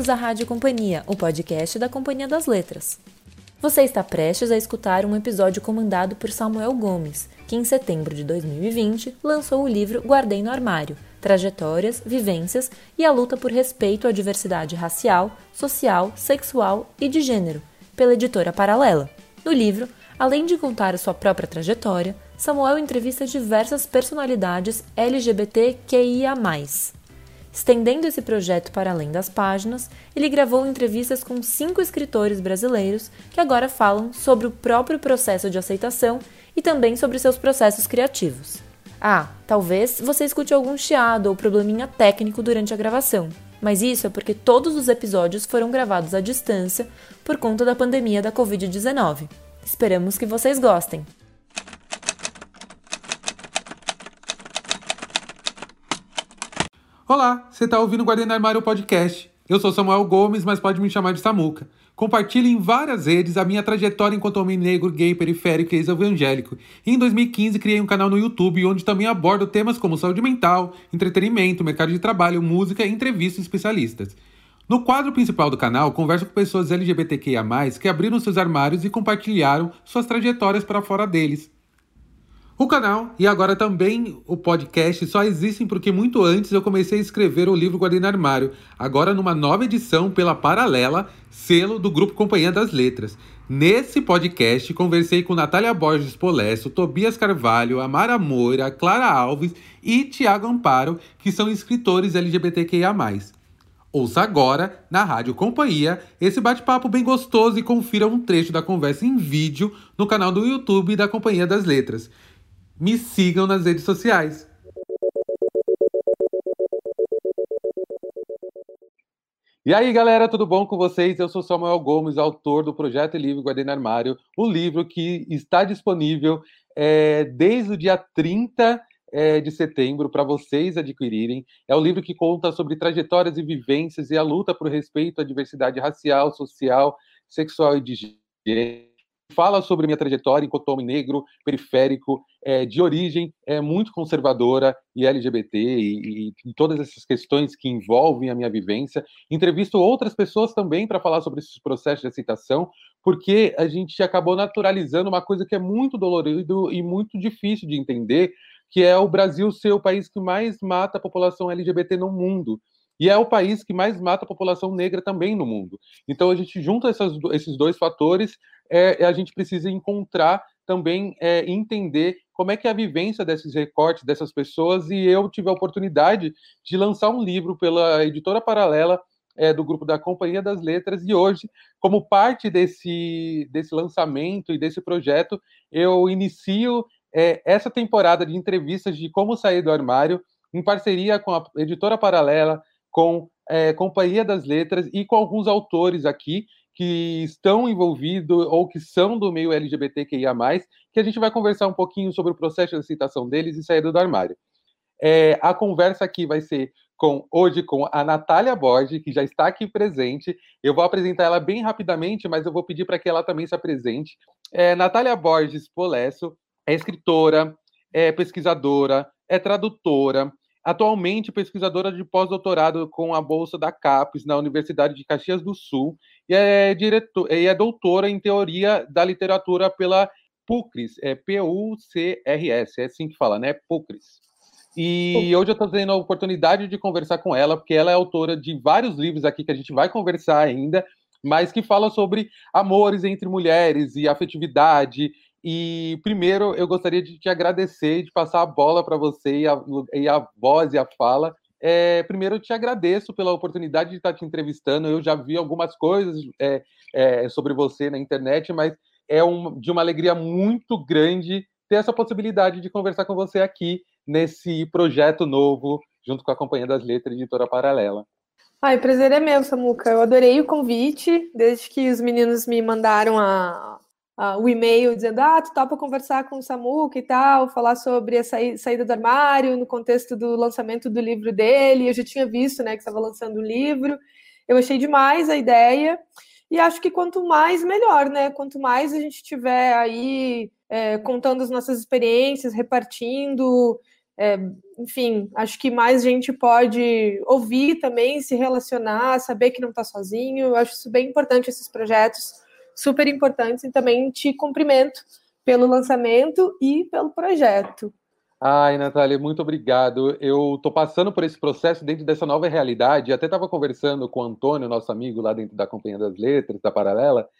bem-vindos à Rádio Companhia, o podcast da Companhia das Letras. Você está prestes a escutar um episódio comandado por Samuel Gomes, que em setembro de 2020 lançou o livro Guardei no Armário, Trajetórias, Vivências e a Luta por Respeito à Diversidade Racial, Social, Sexual e de Gênero, pela editora Paralela. No livro, além de contar a sua própria trajetória, Samuel entrevista diversas personalidades LGBTQIA+. Estendendo esse projeto para além das páginas, ele gravou entrevistas com 5 escritores brasileiros que agora falam sobre o próprio processo de aceitação e também sobre seus processos criativos. Talvez você escute algum chiado ou probleminha técnico durante a gravação, mas isso é porque todos os episódios foram gravados à distância por conta da pandemia da Covid-19. Esperamos que vocês gostem! Olá, você está ouvindo o Guardei no Armário podcast. Eu sou Samuel Gomes, mas pode me chamar de Samuca. Compartilho em várias redes a minha trajetória enquanto homem negro, gay, periférico e ex-evangélico. E em 2015 criei um canal no YouTube onde também abordo temas como saúde mental, entretenimento, mercado de trabalho, música e entrevistas especialistas. No quadro principal do canal, converso com pessoas LGBTQIA+, que abriram seus armários e compartilharam suas trajetórias para fora deles. O canal e agora também o podcast só existem porque muito antes eu comecei a escrever o livro Guardei no Armário, agora numa nova edição pela Paralela, selo do Grupo Companhia das Letras. Nesse podcast conversei com Natália Borges Polesso, Tobias Carvalho, Amara Moura, Clara Alves e Tiago Amparo, que são escritores LGBTQIA+. Ouça agora, na Rádio Companhia, esse bate-papo bem gostoso e confira um trecho da conversa em vídeo no canal do YouTube da Companhia das Letras. Me sigam nas redes sociais. E aí, galera, tudo bom com vocês? Eu sou Samuel Gomes, autor do projeto e livro Guardei no Armário, o livro que está disponível desde o dia 30 de setembro para vocês adquirirem. É um livro que conta sobre trajetórias e vivências e a luta por respeito à diversidade racial, social, sexual e de gênero. Fala sobre minha trajetória enquanto homem negro, periférico, de origem muito conservadora e LGBT e todas essas questões que envolvem a minha vivência. Entrevisto outras pessoas também para falar sobre esses processos de aceitação, porque a gente acabou naturalizando uma coisa que é muito dolorido e muito difícil de entender, que é o Brasil ser o país que mais mata a população LGBT no mundo. E é o país que mais mata a população negra também no mundo. Então, a gente junta esses dois fatores, a gente precisa encontrar também, entender como é que é a vivência desses recortes, dessas pessoas, e eu tive a oportunidade de lançar um livro pela editora Paralela, do grupo da Companhia das Letras, e hoje, como parte desse lançamento e desse projeto, eu inicio essa temporada de entrevistas de como sair do armário, em parceria com a editora Paralela, com Companhia das Letras e com alguns autores aqui que estão envolvidos ou que são do meio LGBTQIA+, que a gente vai conversar um pouquinho sobre o processo de aceitação deles e saída do armário. A conversa aqui vai ser hoje com a Natália Borges, que já está aqui presente. Eu vou apresentar ela bem rapidamente, mas eu vou pedir para que ela também se apresente. Natália Borges Polesso é escritora, é pesquisadora, é tradutora, atualmente pesquisadora de pós-doutorado com a bolsa da CAPES na Universidade de Caxias do Sul e é doutora em teoria da literatura pela PUCRIS, P-U-C-R-S, é assim que fala, né? PUCRIS. E hoje eu estou tendo a oportunidade de conversar com ela, porque ela é autora de vários livros aqui que a gente vai conversar ainda, mas que fala sobre amores entre mulheres e afetividade. E primeiro eu gostaria de te agradecer, de passar a bola para você e a voz e a fala. Primeiro eu te agradeço pela oportunidade de estar te entrevistando. Eu já vi algumas coisas sobre você na internet, mas de uma alegria muito grande ter essa possibilidade de conversar com você aqui nesse projeto novo, junto com a Companhia das Letras e Editora Paralela. O prazer é meu, Samuca. Eu adorei o convite, desde que os meninos me mandaram o e-mail dizendo, tu topa conversar com o Samuca e tal, falar sobre a saída do armário, no contexto do lançamento do livro dele. Eu já tinha visto, né, que estava lançando o livro. Eu achei demais a ideia e acho que quanto mais, melhor, né? Quanto mais a gente tiver aí contando as nossas experiências, repartindo, Enfim, acho que mais gente pode ouvir também, se relacionar, saber que não está sozinho. Eu acho isso bem importante, esses projetos super importantes, e também te cumprimento pelo lançamento e pelo projeto. Ai, Natália, muito obrigado. Eu estou passando por esse processo dentro dessa nova realidade. Até estava conversando com o Antônio, nosso amigo lá dentro da Companhia das Letras, da Paralela,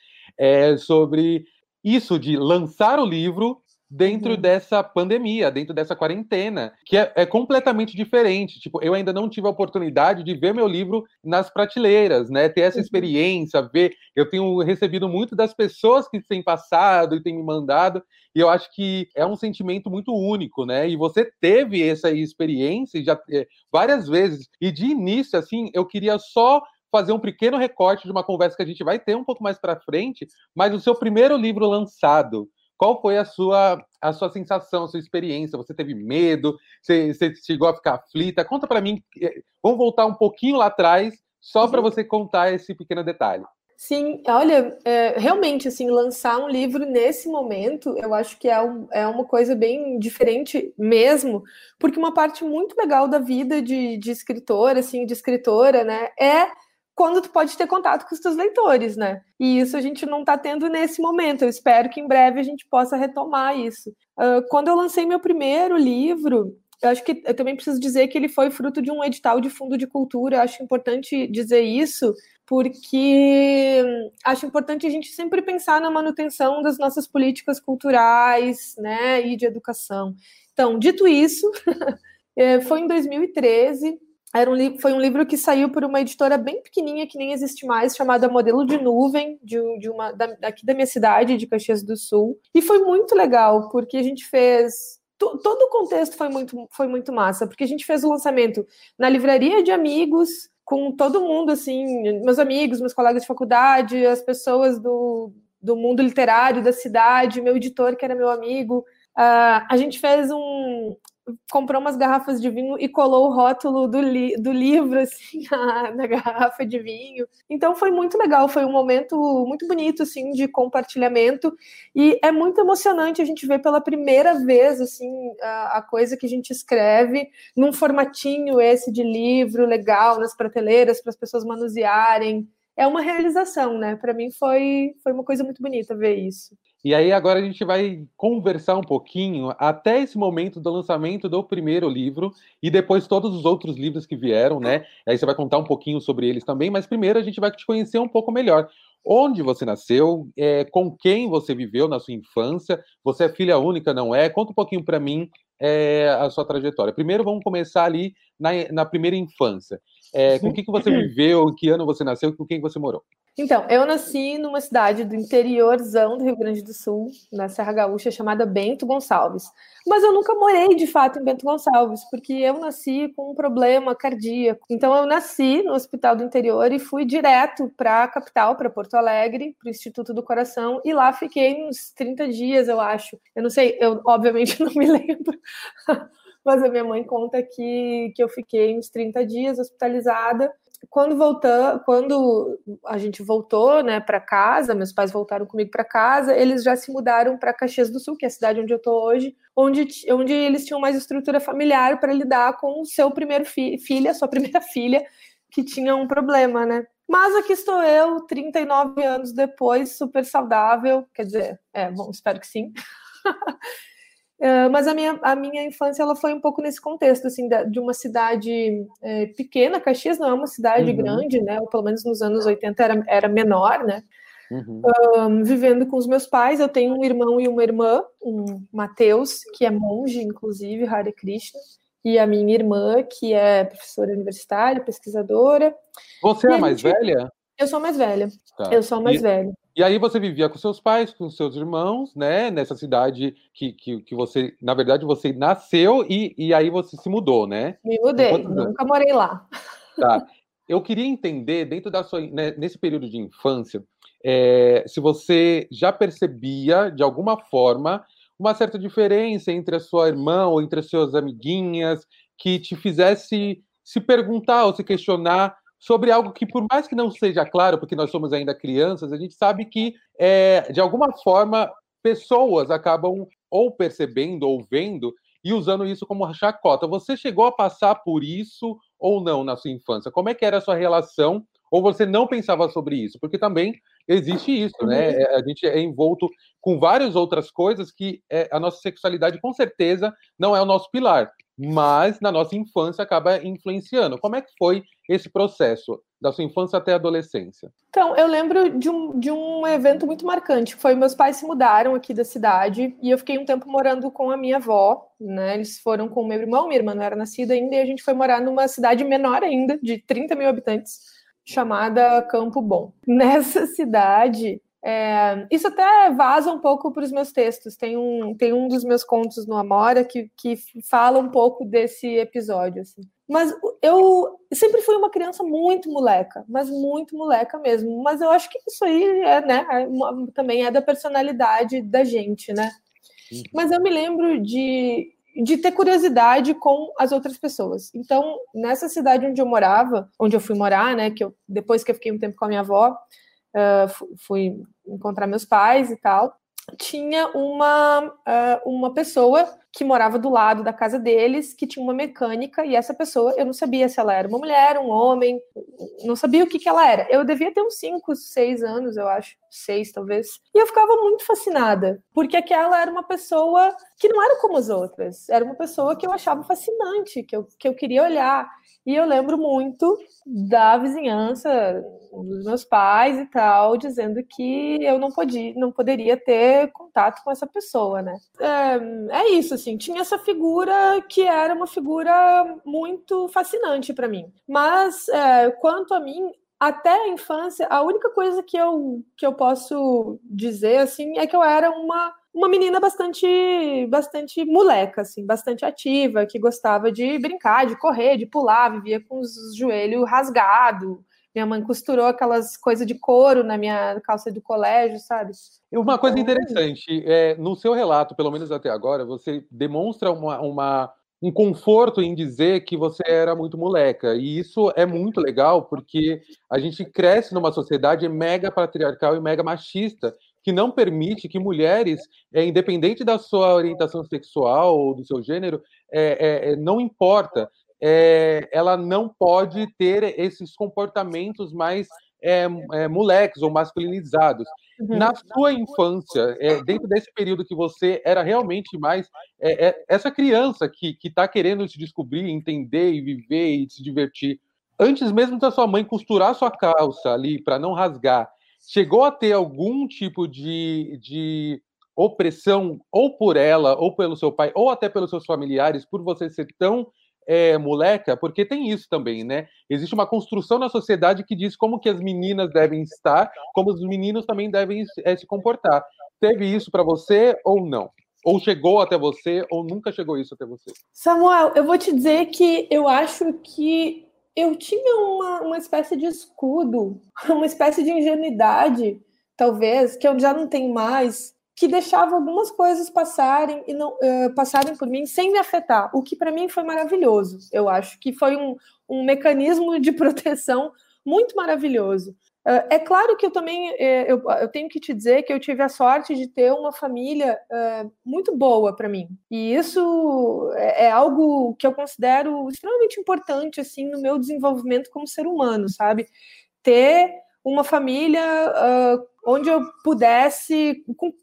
sobre isso de lançar o livro dentro dessa pandemia, dentro dessa quarentena, que é completamente diferente. Tipo, eu ainda não tive a oportunidade de ver meu livro nas prateleiras, né? Ter essa experiência, ver. Eu tenho recebido muito das pessoas que têm passado e têm me mandado, e eu acho que é um sentimento muito único, né? E você teve essa experiência já várias vezes. E de início, assim, eu queria só fazer um pequeno recorte de uma conversa que a gente vai ter um pouco mais para frente, mas o seu primeiro livro lançado, qual foi a sua sensação, a sua experiência? Você teve medo? Você chegou a ficar aflita? Conta para mim. Vamos voltar um pouquinho lá atrás, só para você contar esse pequeno detalhe. Sim, olha, realmente, assim, lançar um livro nesse momento, eu acho que é uma coisa bem diferente mesmo, porque uma parte muito legal da vida de escritor, assim, de escritora, né, é quando tu pode ter contato com os teus leitores, né? E isso a gente não está tendo nesse momento. Eu espero que em breve a gente possa retomar isso. Quando eu lancei meu primeiro livro, eu acho que eu também preciso dizer que ele foi fruto de um edital de fundo de cultura. Eu acho importante dizer isso, porque acho importante a gente sempre pensar na manutenção das nossas políticas culturais, né, e de educação. Então, dito isso, foi em 2013. Foi um livro que saiu por uma editora bem pequenininha, que nem existe mais, chamada Modelo de Nuvem, daqui da minha cidade, de Caxias do Sul. E foi muito legal, porque a gente fez... Todo o contexto foi muito massa, porque a gente fez o lançamento na livraria de amigos, com todo mundo, assim, meus amigos, meus colegas de faculdade, as pessoas do mundo literário da cidade, meu editor, que era meu amigo. A gente comprou umas garrafas de vinho e colou o rótulo do livro, assim, na garrafa de vinho. Então foi muito legal, foi um momento muito bonito, assim, de compartilhamento, e é muito emocionante a gente ver pela primeira vez, assim, a coisa que a gente escreve num formatinho esse de livro legal, nas prateleiras, para as pessoas manusearem. É uma realização, né? Para mim foi uma coisa muito bonita ver isso. E aí agora a gente vai conversar um pouquinho até esse momento do lançamento do primeiro livro e depois todos os outros livros que vieram, né? Aí você vai contar um pouquinho sobre eles também, mas primeiro a gente vai te conhecer um pouco melhor. Onde você nasceu, com quem você viveu na sua infância, você é filha única, não é? Conta um pouquinho para mim a sua trajetória. Primeiro vamos começar ali na primeira infância. Com quem que você viveu, em que ano você nasceu, com quem você morou? Então, eu nasci numa cidade do interiorzão do Rio Grande do Sul, na Serra Gaúcha, chamada Bento Gonçalves. Mas eu nunca morei, de fato, em Bento Gonçalves, porque eu nasci com um problema cardíaco. Então, eu nasci no Hospital do Interior e fui direto para a capital, para Porto Alegre, para o Instituto do Coração, e lá fiquei uns 30 dias, eu acho. Eu não sei, eu obviamente não me lembro, mas a minha mãe conta que eu fiquei uns 30 dias hospitalizada. Quando a gente voltou, né, para casa, meus pais voltaram comigo para casa, eles já se mudaram para Caxias do Sul, que é a cidade onde eu estou hoje, onde eles tinham mais estrutura familiar para lidar com o seu primeiro filho, a sua primeira filha, que tinha um problema, né? Mas aqui estou eu, 39 anos depois, super saudável, quer dizer, bom, espero que sim. Mas a minha infância ela foi um pouco nesse contexto, assim, de uma cidade pequena. Caxias não é uma cidade grande, né? Ou pelo menos nos anos 80 era menor, né? Vivendo com os meus pais. Eu tenho um irmão e uma irmã, um Matheus, que é monge, inclusive, Hare Krishna, e a minha irmã, que é professora universitária, pesquisadora. Você é a mais velha? Eu sou a mais velha. Tá. Eu sou a mais velha. E aí você vivia com seus pais, com seus irmãos, né? Nessa cidade que você, na verdade, você nasceu e aí você se mudou, né? Me mudei, nunca morei lá. Tá. Eu queria entender, dentro da sua, né, nesse período de infância, se você já percebia, de alguma forma, uma certa diferença entre a sua irmã ou entre as suas amiguinhas que te fizesse se perguntar ou se questionar sobre algo que, por mais que não seja claro, porque nós somos ainda crianças, a gente sabe que, de alguma forma, pessoas acabam ou percebendo ou vendo e usando isso como chacota. Você chegou a passar por isso ou não na sua infância? Como é que era a sua relação? Ou você não pensava sobre isso? Porque também existe isso, né? A gente é envolto com várias outras coisas que a nossa sexualidade, com certeza, não é o nosso pilar, mas na nossa infância acaba influenciando. Como é que foi esse processo, da sua infância até a adolescência? Então, eu lembro de um evento muito marcante, que foi meus pais se mudaram aqui da cidade, e eu fiquei um tempo morando com a minha avó, né? Eles foram com o meu irmão, minha irmã não era nascida ainda, e a gente foi morar numa cidade menor ainda, de 30 mil habitantes, chamada Campo Bom. Nessa cidade, isso até vaza um pouco para os meus textos. Tem um dos meus contos no Amora que fala um pouco desse episódio, assim. Mas eu sempre fui uma criança muito moleca, mas muito moleca mesmo. Mas eu acho que isso aí também é da personalidade da gente, né? Mas eu me lembro de ter curiosidade com as outras pessoas. Então, nessa cidade onde eu morava, onde eu fui morar, né, depois que eu fiquei um tempo com a minha avó, fui encontrar meus pais e tal, tinha uma pessoa que morava do lado da casa deles, que tinha uma mecânica, e essa pessoa, eu não sabia se ela era uma mulher, um homem, não sabia o que ela era. Eu devia ter uns 5, 6 anos, eu acho, 6 talvez. E eu ficava muito fascinada, porque aquela era uma pessoa que não era como as outras, era uma pessoa que eu achava fascinante, que eu queria olhar. E eu lembro muito da vizinhança, dos meus pais e tal, dizendo que eu não poderia ter contato com essa pessoa, né? É isso, assim, tinha essa figura que era uma figura muito fascinante para mim. Mas, quanto a mim, até a infância, a única coisa que eu posso dizer, assim, é que eu era uma menina bastante moleca, assim, bastante ativa, que gostava de brincar, de correr, de pular, vivia com os joelhos rasgados. Minha mãe costurou aquelas coisas de couro na minha calça do colégio, sabe? Uma coisa interessante, no seu relato, pelo menos até agora, você demonstra um conforto em dizer que você era muito moleca. E isso é muito legal, porque a gente cresce numa sociedade mega patriarcal e mega machista, que não permite que mulheres, independente da sua orientação sexual ou do seu gênero, não importa, ela não pode ter esses comportamentos mais moleques ou masculinizados. Na sua infância, dentro desse período que você era realmente mais essa criança que está querendo se descobrir, entender e viver e se divertir, antes mesmo da sua mãe costurar sua calça ali para não rasgar, chegou a ter algum tipo de opressão, ou por ela, ou pelo seu pai, ou até pelos seus familiares, por você ser tão moleca? Porque tem isso também, né? Existe uma construção na sociedade que diz como que as meninas devem estar, como os meninos também devem se comportar. Teve isso para você ou não? Ou chegou até você, ou nunca chegou isso até você? Samuel, eu vou te dizer que eu acho que eu tinha uma espécie de escudo, uma espécie de ingenuidade, talvez, que eu já não tenho mais, que deixava algumas coisas passarem e não passarem por mim sem me afetar, o que para mim foi maravilhoso. Eu acho que foi um mecanismo de proteção muito maravilhoso. É claro que eu também eu tenho que te dizer que eu tive a sorte de ter uma família muito boa para mim. E isso é algo que eu considero extremamente importante assim, no meu desenvolvimento como ser humano, sabe? Ter uma família onde eu pudesse,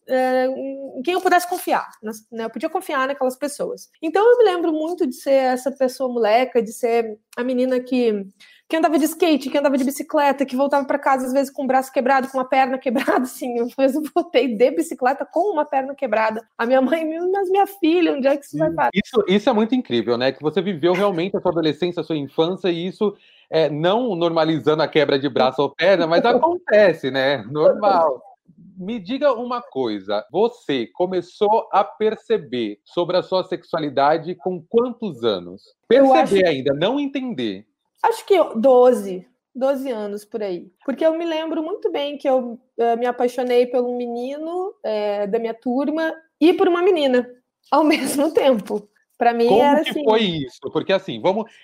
em quem eu pudesse confiar, né? Eu podia confiar naquelas pessoas. Então eu me lembro muito de ser essa pessoa moleca, de ser a menina que andava de skate, que andava de bicicleta, que voltava para casa às vezes com o braço quebrado, com uma perna quebrada, assim. Eu voltei de bicicleta com uma perna quebrada. A minha mãe, mas minha filha, onde é que isso vai parar? Isso é muito incrível, né? Que você viveu realmente a sua adolescência, a sua infância, e isso não normalizando a quebra de braço ou perna, mas acontece, né? Normal. Me diga uma coisa, você começou a perceber sobre a sua sexualidade com quantos anos? Perceber ainda, não entender. Acho que 12 anos por aí. Porque eu me lembro muito bem que eu me apaixonei por um menino da minha turma e por uma menina ao mesmo tempo. Para mim Como era que assim. foi isso? Porque assim,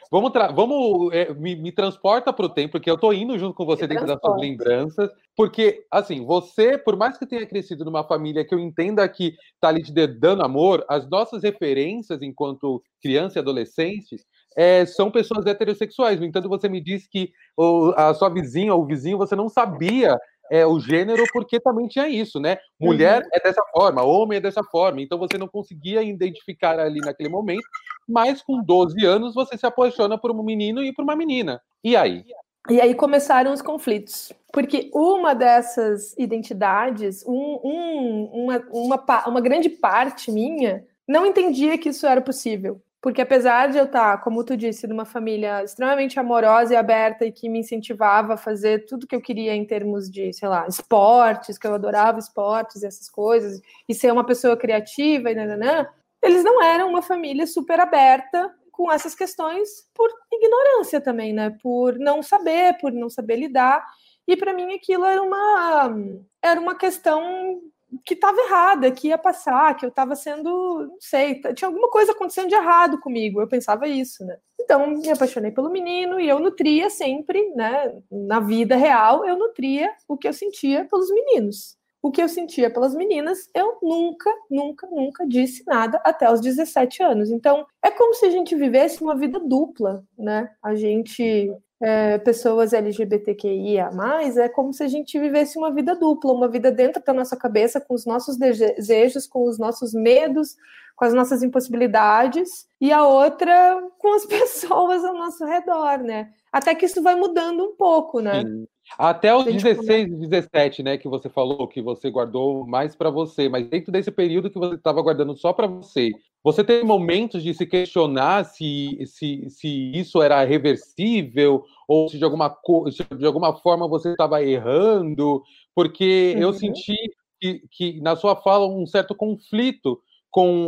me transporta para o tempo, porque eu tô indo junto com você dentro das suas lembranças, porque assim, você, por mais que tenha crescido numa família que eu entenda que tá ali te dando amor, as nossas referências enquanto criança e adolescente são pessoas heterossexuais. No entanto, você me disse que a sua vizinha ou o vizinho, você não sabia o gênero, porque também tinha isso, né? Mulher é dessa forma, homem é dessa forma, então você não conseguia identificar ali naquele momento, mas com 12 anos você se apaixona por um menino e por uma menina. E aí? E aí começaram os conflitos, porque uma dessas identidades, uma grande parte minha, não entendia que isso era possível. Porque apesar de eu estar, como tu disse, numa família extremamente amorosa e aberta e que me incentivava a fazer tudo que eu queria em termos de, sei lá, esportes, que eu adorava esportes e essas coisas, e ser uma pessoa criativa e nananã, eles não eram uma família super aberta com essas questões por ignorância também, né? Por não saber lidar. E para mim aquilo era uma questão que estava errada, que ia passar, que eu estava sendo, não sei, tinha alguma coisa acontecendo de errado comigo, eu pensava isso, né? Então, me apaixonei pelo menino e eu nutria sempre, né, na vida real, eu nutria o que eu sentia pelos meninos. O que eu sentia pelas meninas, eu nunca disse nada até os 17 anos. Então, é como se a gente vivesse uma vida dupla, né? A gente... pessoas LGBTQIA+, é como se a gente vivesse uma vida dupla, uma vida dentro da nossa cabeça, com os nossos desejos, com os nossos medos, com as nossas impossibilidades, e a outra com as pessoas ao nosso redor, né? Até que isso vai mudando um pouco, né? Sim. Até os 16, 17, né, que você falou que você guardou mais para você, mas dentro desse período que você estava guardando só para você teve momentos de se questionar se isso era reversível ou se de alguma forma você estava errando, porque eu senti que na sua fala um certo conflito com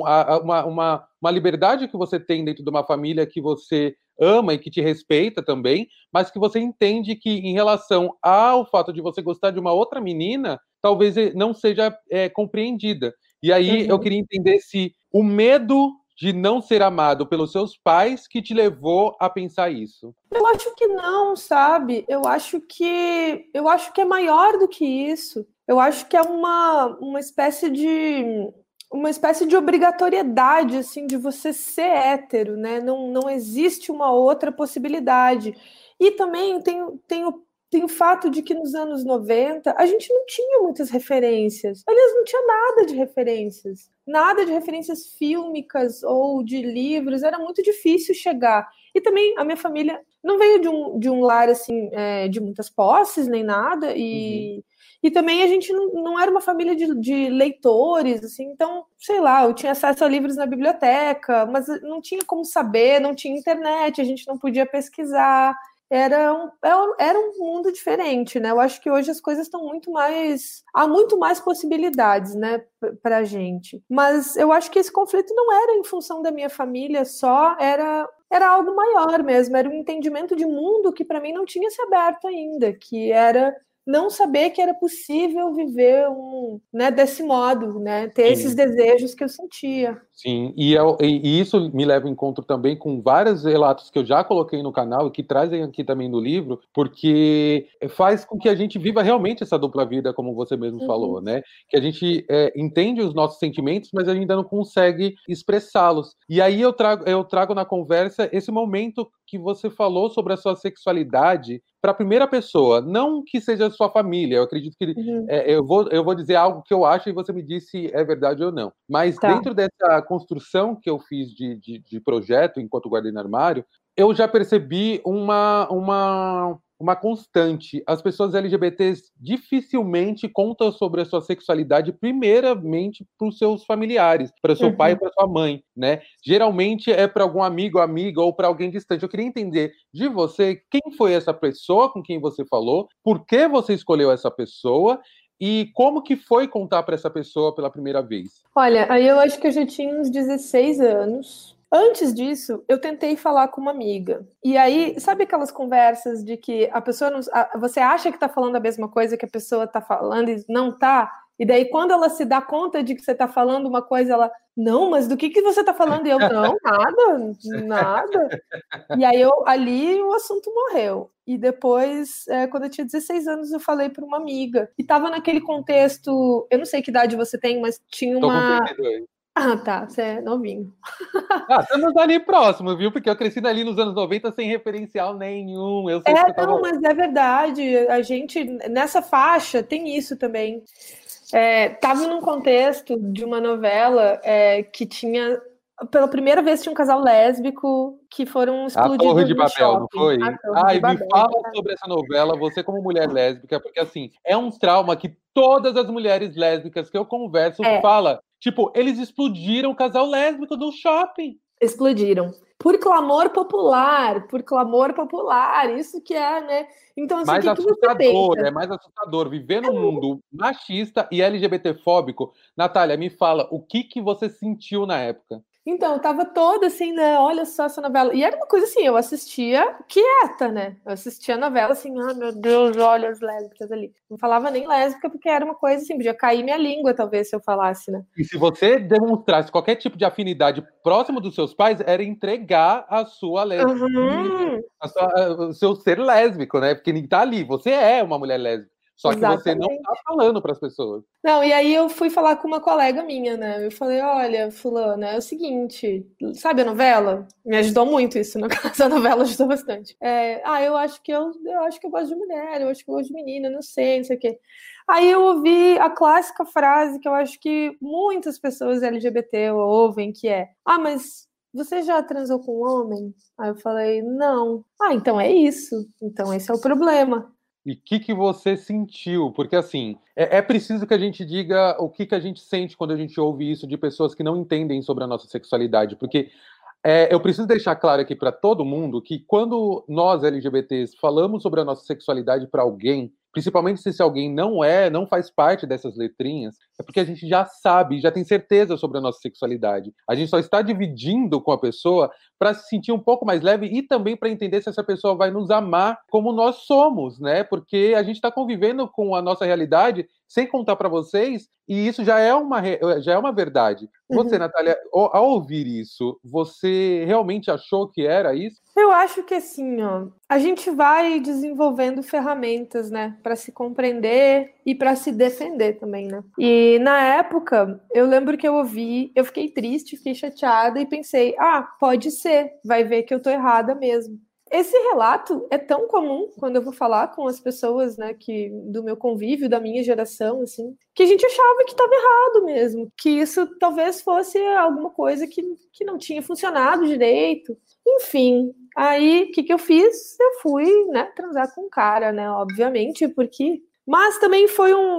uma liberdade que você tem dentro de uma família que você ama e que te respeita também, mas que você entende que em relação ao fato de você gostar de uma outra menina, talvez não seja compreendida. E aí eu queria entender se o medo de não ser amado pelos seus pais que te levou a pensar isso. Eu acho que não, sabe? Eu acho que é maior do que isso. Eu acho que é uma espécie de obrigatoriedade, assim, de você ser hétero, né? Não existe uma outra possibilidade. E também tem o fato de que nos anos 90 a gente não tinha muitas referências. Aliás, não tinha nada de referências. Nada de referências fílmicas ou de livros. Era muito difícil chegar. E também a minha família não veio de um lar, assim, de muitas posses, nem nada. E também a gente não era uma família de leitores, assim, então, sei lá, eu tinha acesso a livros na biblioteca, mas não tinha como saber, não tinha internet, a gente não podia pesquisar, era um mundo diferente, né? Eu acho que hoje as coisas estão há muito mais possibilidades, né, pra gente. Mas eu acho que esse conflito não era em função da minha família só, era algo maior mesmo, era um entendimento de mundo que para mim não tinha se aberto ainda, que era não saber que era possível viver desse modo, né? Ter esses desejos que eu sentia. Sim, e isso me leva em encontro também com vários relatos que eu já coloquei no canal e que trazem aqui também no livro, porque faz com que a gente viva realmente essa dupla vida, como você mesmo falou, né? Que a gente entende os nossos sentimentos, mas ainda não consegue expressá-los. E aí eu trago na conversa esse momento que você falou sobre a sua sexualidade para a primeira pessoa, não que seja a sua família. Eu acredito que eu vou dizer algo que eu acho e você me diz se é verdade ou não. Mas dentro dessa construção que eu fiz de projeto enquanto guardei no armário, eu já percebi uma constante. As pessoas LGBTs dificilmente contam sobre a sua sexualidade primeiramente para os seus familiares, para o seu pai e para sua mãe, né? Geralmente é para algum amigo, amiga ou para alguém distante. Eu queria entender de você quem foi essa pessoa com quem você falou, por que você escolheu essa pessoa e como que foi contar para essa pessoa pela primeira vez? Olha, aí eu acho que eu já tinha uns 16 anos. Antes disso, eu tentei falar com uma amiga. E aí, sabe aquelas conversas de que a pessoa você acha que está falando a mesma coisa que a pessoa está falando e não está? E daí, quando ela se dá conta de que você tá falando uma coisa, ela, não, mas do que você tá falando? E eu, não, nada. E aí, ali o assunto morreu. E depois, quando eu tinha 16 anos, eu falei para uma amiga. E tava naquele contexto, eu não sei que idade você tem, mas tinha uma... Tô com 32. Ah, tá, você é novinho. Estamos ali próximo, viu? Porque eu cresci ali nos anos 90 sem referencial nenhum. Eu sei que você Não, mas é verdade. A gente, nessa faixa, tem isso também. Tava num contexto de uma novela que tinha... Pela primeira vez tinha um casal lésbico que foram explodidos A Torre de no Babel, shopping. não foi? Ai, me fala sobre essa novela, você como mulher lésbica, porque assim, é um trauma que todas as mulheres lésbicas que eu converso falam. Tipo, eles explodiram o casal lésbico no shopping. Explodiram. Por clamor popular, isso que é, né? Então, assim, mais o que você pensa? É mais assustador viver num mundo machista e LGBTfóbico. Natália, me fala, o que você sentiu na época? Então, eu tava toda assim, né? Olha só essa novela. E era uma coisa assim, eu assistia quieta, né? Eu assistia a novela assim, meu Deus, olha as lésbicas ali. Não falava nem lésbica, porque era uma coisa assim, podia cair minha língua, talvez, se eu falasse, né? E se você demonstrasse qualquer tipo de afinidade próximo dos seus pais, era entregar a sua o seu ser lésbico, né? Porque tá ali, você é uma mulher lésbica. Só que você não tá falando para as pessoas. Não, e aí eu fui falar com uma colega minha, né? Eu falei, olha, fulana, é o seguinte, sabe a novela? Me ajudou muito isso, no caso, a novela ajudou bastante. Eu acho que eu gosto de mulher, eu acho que eu gosto de menina, não sei o quê. Aí eu ouvi a clássica frase que eu acho que muitas pessoas LGBT ouvem, que é, mas você já transou com um homem? Aí eu falei, não. Então é isso. Então esse é o problema. E o que você sentiu? Porque, assim, é preciso que a gente diga o que a gente sente quando a gente ouve isso de pessoas que não entendem sobre a nossa sexualidade. Porque eu preciso deixar claro aqui para todo mundo que quando nós, LGBTs, falamos sobre a nossa sexualidade para alguém, principalmente se esse alguém não faz parte dessas letrinhas, é porque a gente já sabe, já tem certeza sobre a nossa sexualidade. A gente só está dividindo com a pessoa para se sentir um pouco mais leve e também para entender se essa pessoa vai nos amar como nós somos, né? Porque a gente está convivendo com a nossa realidade sem contar para vocês, e isso já é uma verdade. Você, Natália, ao ouvir isso, você realmente achou que era isso? Eu acho que assim, a gente vai desenvolvendo ferramentas, né, para se compreender e para se defender também, né? E na época, eu lembro que eu ouvi, eu fiquei triste, fiquei chateada e pensei, pode ser, vai ver que eu tô errada mesmo. Esse relato é tão comum quando eu vou falar com as pessoas, né, do meu convívio, da minha geração, assim, que a gente achava que estava errado mesmo, que isso talvez fosse alguma coisa que não tinha funcionado direito. Enfim, aí o que eu fiz? Eu fui, né, transar com um cara, né, obviamente, porque... Mas também foi um...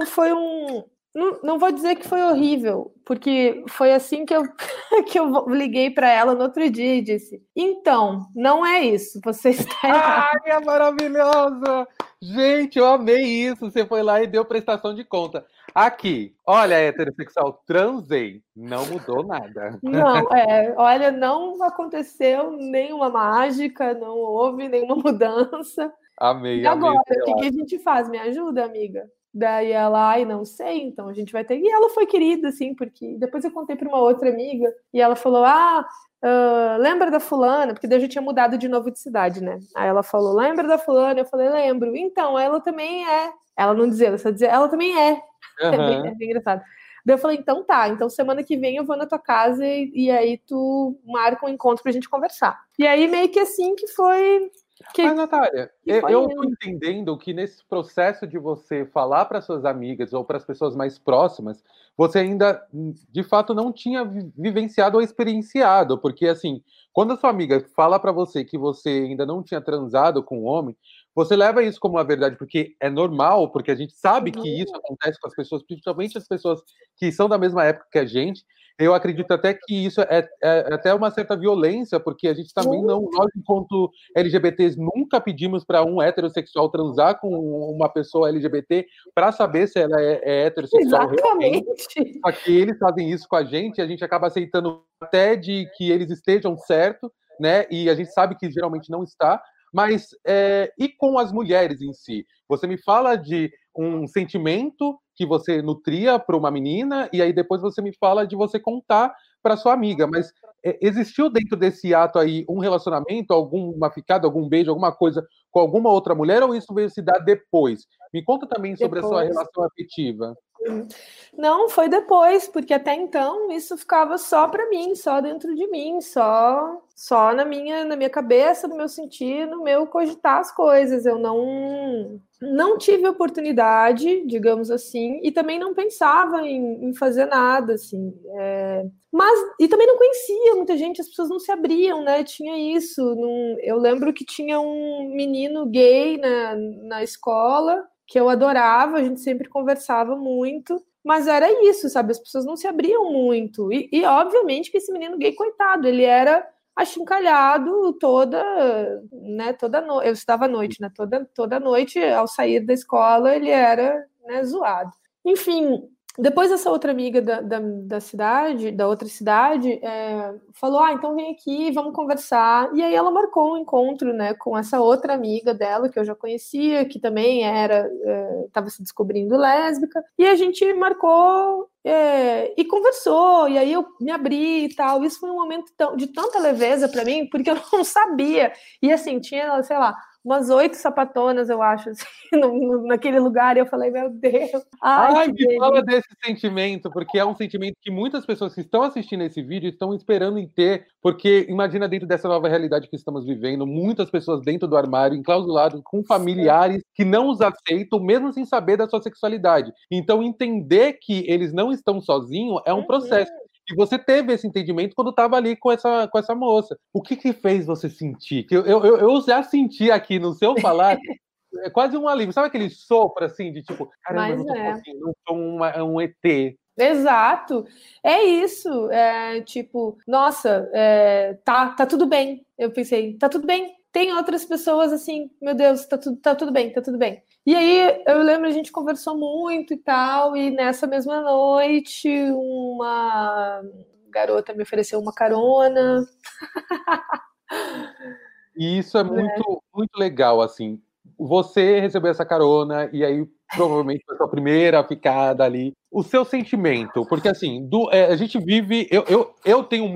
Não vou dizer que foi horrível, porque foi assim que eu liguei para ela no outro dia e disse, então, não é isso, você está errado. Ai, é maravilhoso! Gente, eu amei isso, você foi lá e deu prestação de conta. Aqui, olha, heterossexual, transei, não mudou nada. Não, olha, não aconteceu nenhuma mágica, não houve nenhuma mudança. Amei, e agora, amei. o que a gente faz? Me ajuda, amiga? Daí ela, não sei, então a gente vai ter... E ela foi querida, assim, porque depois eu contei para uma outra amiga, e ela falou, lembra da fulana? Porque daí eu já tinha mudado de novo de cidade, né? Aí ela falou, lembra da fulana? Eu falei, lembro. Então, ela também é. Ela não dizia, ela só dizia, ela também é. É bem engraçado. Daí eu falei, então tá, então semana que vem eu vou na tua casa e aí tu marca um encontro pra gente conversar. E aí meio que assim que foi... Mas, Natália, eu estou entendendo que nesse processo de você falar para suas amigas ou para as pessoas mais próximas, você ainda, de fato, não tinha vivenciado ou experienciado, porque, assim, quando a sua amiga fala para você que você ainda não tinha transado com um homem, você leva isso como uma verdade, porque é normal, porque a gente sabe que isso acontece com as pessoas, principalmente as pessoas que são da mesma época que a gente. Eu acredito até que isso é até uma certa violência, porque a gente também nós, enquanto LGBTs, nunca pedimos para um heterossexual transar com uma pessoa LGBT para saber se ela é heterossexual realmente. Só que eles fazem isso com a gente acaba aceitando até de que eles estejam certos, né? E a gente sabe que geralmente não está. Mas, e com as mulheres em si? Você me fala de um sentimento que você nutria para uma menina, e aí depois você me fala de você contar para sua amiga. Mas existiu dentro desse ato aí um relacionamento, alguma ficada, algum beijo, alguma coisa com alguma outra mulher, ou isso veio se dar depois? Me conta também sobre a sua relação afetiva. Não, foi depois, porque até então isso ficava só para mim, só dentro de mim, só na minha cabeça, no meu sentir, no meu cogitar as coisas. Eu não tive oportunidade, digamos assim, e também não pensava em fazer nada, assim. E também não conhecia muita gente, as pessoas não se abriam, né? Tinha isso. Eu lembro que tinha um menino gay na escola, que eu adorava, a gente sempre conversava muito, mas era isso, sabe? As pessoas não se abriam muito. E obviamente que esse menino gay, coitado, ele era achincalhado toda noite. Eu estudava à noite, né? Toda noite, ao sair da escola, ele era, né, zoado. Enfim, depois essa outra amiga da cidade, da outra cidade, falou, então vem aqui, vamos conversar. E aí ela marcou um encontro, né, com essa outra amiga dela, que eu já conhecia, que também estava se descobrindo lésbica. E a gente marcou e conversou, e aí eu me abri e tal. Isso foi um momento de tanta leveza para mim, porque eu não sabia. E assim, tinha, sei lá, umas 8 sapatonas, eu acho, assim, naquele lugar, e eu falei, meu Deus. Ai, me fala desse sentimento, porque é um sentimento que muitas pessoas que estão assistindo esse vídeo estão esperando em ter, porque imagina, dentro dessa nova realidade que estamos vivendo, muitas pessoas dentro do armário, enclausuladas, com familiares que não os aceitam, mesmo sem saber da sua sexualidade. Então, entender que eles não estão sozinhos é um processo. E você teve esse entendimento quando estava ali com essa moça. O que fez você sentir? Que eu já senti aqui no seu falar, é quase um alívio. Sabe aquele sopro, assim, de tipo, caramba, eu não tô sozinho, não sou um ET. Exato, é isso, tipo, nossa, tá tudo bem. Eu pensei, tá tudo bem. Tem outras pessoas assim, meu Deus, tá tudo bem, tá tudo bem. E aí eu lembro, a gente conversou muito e tal, e nessa mesma noite uma garota me ofereceu uma carona. E isso é muito, muito legal, assim. Você recebeu essa carona e aí provavelmente foi a sua primeira ficada ali. O seu sentimento, porque assim, a gente vive. Eu tenho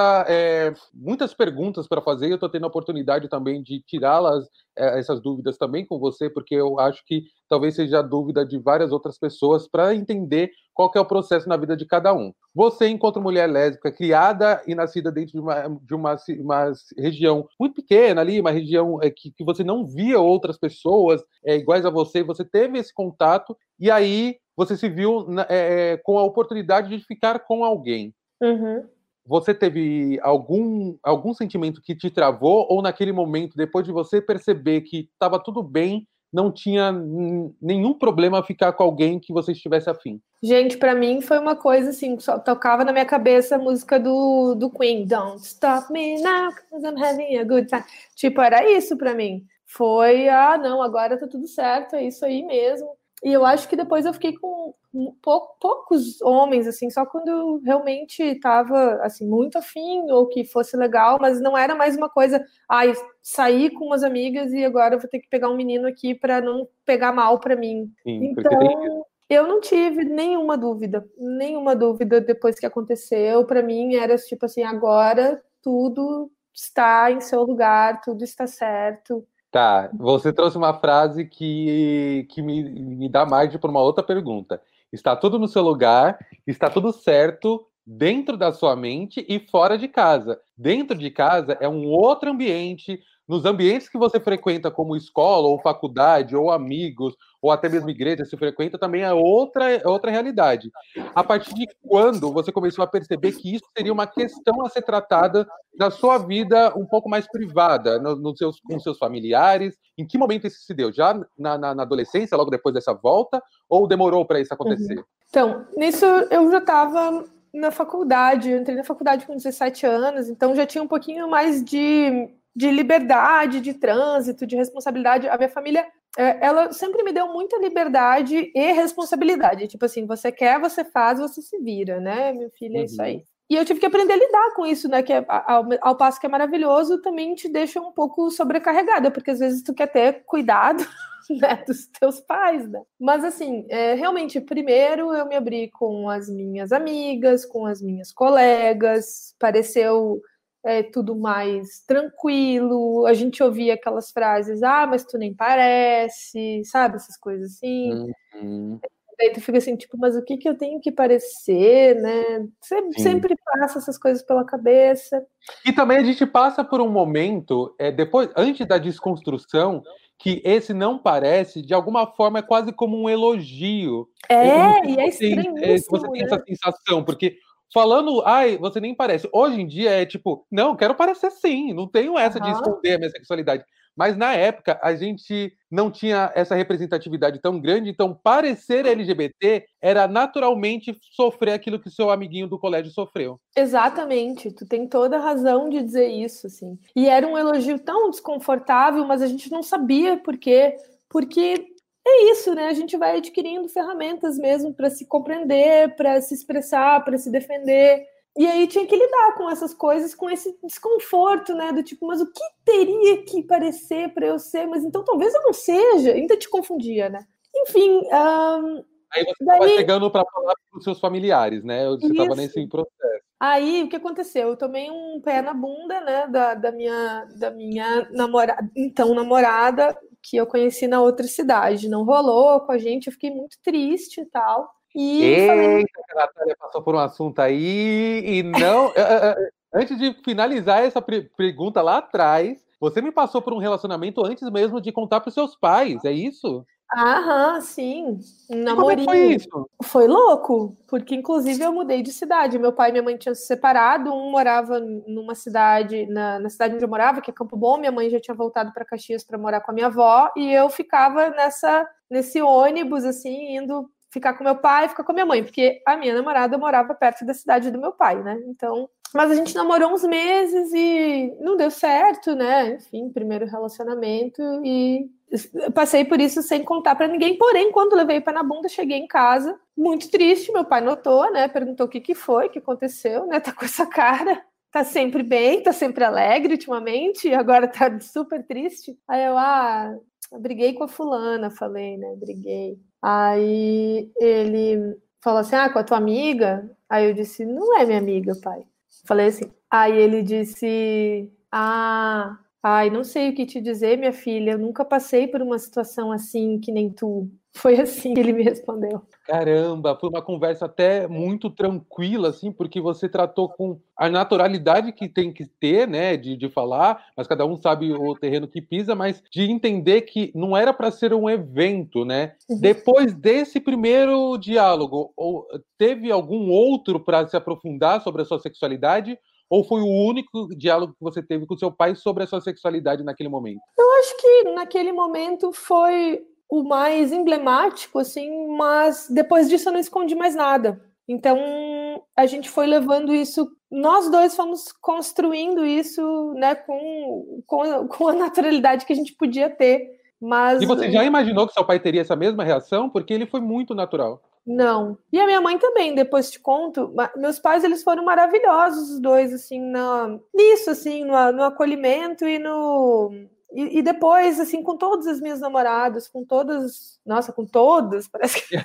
muitas perguntas para fazer, eu estou tendo a oportunidade também de tirá-las, essas dúvidas também com você, porque eu acho que talvez seja a dúvida de várias outras pessoas para entender qual que é o processo na vida de cada um. Você, enquanto mulher lésbica, criada e nascida dentro de uma região muito pequena ali, uma região que você não via outras pessoas iguais a você teve esse contato, e aí você se viu com a oportunidade de ficar com alguém. Uhum. Você teve algum sentimento que te travou, ou naquele momento, depois de você perceber que estava tudo bem, não tinha nenhum problema ficar com alguém que você estivesse afim? Gente, pra mim foi uma coisa assim, só tocava na minha cabeça a música do Queen, Don't Stop Me Now, 'cause I'm having a good time. Tipo, era isso pra mim. Foi, não, agora tá tudo certo, é isso aí mesmo. E eu acho que depois eu fiquei com poucos homens, assim, só quando eu realmente estava, assim, muito afim, ou que fosse legal, mas não era mais uma coisa, saí com umas amigas e agora eu vou ter que pegar um menino aqui para não pegar mal para mim. Sim, então, eu não tive nenhuma dúvida depois que aconteceu. Para mim era tipo assim, agora tudo está em seu lugar, tudo está certo. Tá, você trouxe uma frase que me dá margem para uma outra pergunta. Está tudo no seu lugar, está tudo certo dentro da sua mente e fora de casa. Dentro de casa é um outro ambiente. Nos ambientes que você frequenta, como escola, ou faculdade, ou amigos, ou até mesmo igreja, se frequenta, também é outra realidade. A partir de quando você começou a perceber que isso seria uma questão a ser tratada na sua vida um pouco mais privada, com seus familiares? Em que momento isso se deu? Já na adolescência, logo depois dessa volta, ou demorou para isso acontecer? Então, nisso eu já estava na faculdade, eu entrei na faculdade com 17 anos, então já tinha um pouquinho mais de liberdade, de trânsito, de responsabilidade. A minha família, ela sempre me deu muita liberdade e responsabilidade. Tipo assim, você quer, você faz, você se vira, né? Minha filha, é isso aí. E eu tive que aprender a lidar com isso, né? Que ao passo que é maravilhoso, também te deixa um pouco sobrecarregada, porque às vezes tu quer ter cuidado, né, dos teus pais, né? Mas assim, realmente, primeiro eu me abri com as minhas amigas, com as minhas colegas, pareceu tudo mais tranquilo, a gente ouvia aquelas frases, mas tu nem parece, sabe? Essas coisas assim. Daí tu fica assim, tipo, mas o que eu tenho que parecer, né? Sempre passa essas coisas pela cabeça. E também a gente passa por um momento, depois, antes da desconstrução, que esse não parece, de alguma forma, é quase como um elogio. E é estranhíssimo, você tem essa sensação, porque falando, você nem parece. Hoje em dia é tipo, não, quero parecer sim, não tenho essa de esconder a minha sexualidade. Mas na época a gente não tinha essa representatividade tão grande, então parecer LGBT era naturalmente sofrer aquilo que seu amiguinho do colégio sofreu. Exatamente, tu tem toda a razão de dizer isso, assim. E era um elogio tão desconfortável, mas a gente não sabia por quê. Porque é isso, né? A gente vai adquirindo ferramentas mesmo para se compreender, para se expressar, para se defender. E aí tinha que lidar com essas coisas, com esse desconforto, né? Do tipo, mas o que teria que parecer para eu ser? Mas então talvez eu não seja. Ainda te confundia, né? Enfim. Aí você estava chegando para falar para os seus familiares, né? Você estava nesse processo. Aí o que aconteceu? Eu tomei um pé na bunda, né? Da minha namorada, que eu conheci na outra cidade. Não rolou com a gente, eu fiquei muito triste e tal. Eita, que a Natália passou por um assunto aí e não... Antes de finalizar essa pergunta lá atrás, você me passou por um relacionamento antes mesmo de contar para os seus pais, é isso? Sim. Um namorinho. Como é que foi isso? Foi louco, porque inclusive eu mudei de cidade. Meu pai e minha mãe tinham se separado, um morava numa cidade, na cidade onde eu morava, que é Campo Bom, minha mãe já tinha voltado para Caxias para morar com a minha avó, e eu ficava nesse ônibus, assim, indo ficar com meu pai e ficar com a minha mãe, porque a minha namorada morava perto da cidade do meu pai, né? Então, mas a gente namorou uns meses e não deu certo, né? Enfim, primeiro relacionamento, e passei por isso sem contar para ninguém. Porém, quando levei o pé na bunda, cheguei em casa muito triste. Meu pai notou, né? Perguntou o que foi, o que aconteceu, né? Tá com essa cara, tá sempre bem, tá sempre alegre ultimamente, agora tá super triste. Aí eu, briguei com a fulana, falei, né? Briguei. Aí ele falou assim, com a tua amiga? Aí eu disse, não é minha amiga, pai. Falei assim. Aí ele disse, não sei o que te dizer, minha filha, eu nunca passei por uma situação assim que nem tu. Foi assim que ele me respondeu. Caramba, foi uma conversa até muito tranquila, assim, porque você tratou com a naturalidade que tem que ter, né, de falar, mas cada um sabe o terreno que pisa, mas de entender que não era para ser um evento, né? Depois desse primeiro diálogo, teve algum outro para se aprofundar sobre a sua sexualidade? Ou foi o único diálogo que você teve com seu pai sobre a sua sexualidade naquele momento? Eu acho que naquele momento foi o mais emblemático, assim, mas depois disso eu não escondi mais nada. Então, a gente foi levando isso, nós dois fomos construindo isso, né, com a naturalidade que a gente podia ter. Mas... E você já imaginou que seu pai teria essa mesma reação? Porque ele foi muito natural. Não. E a minha mãe também, depois te conto. Meus pais, eles foram maravilhosos, os dois, assim, nisso, assim, no acolhimento e depois, assim, com todas as minhas namoradas, com todas... Nossa, com todas, parece que...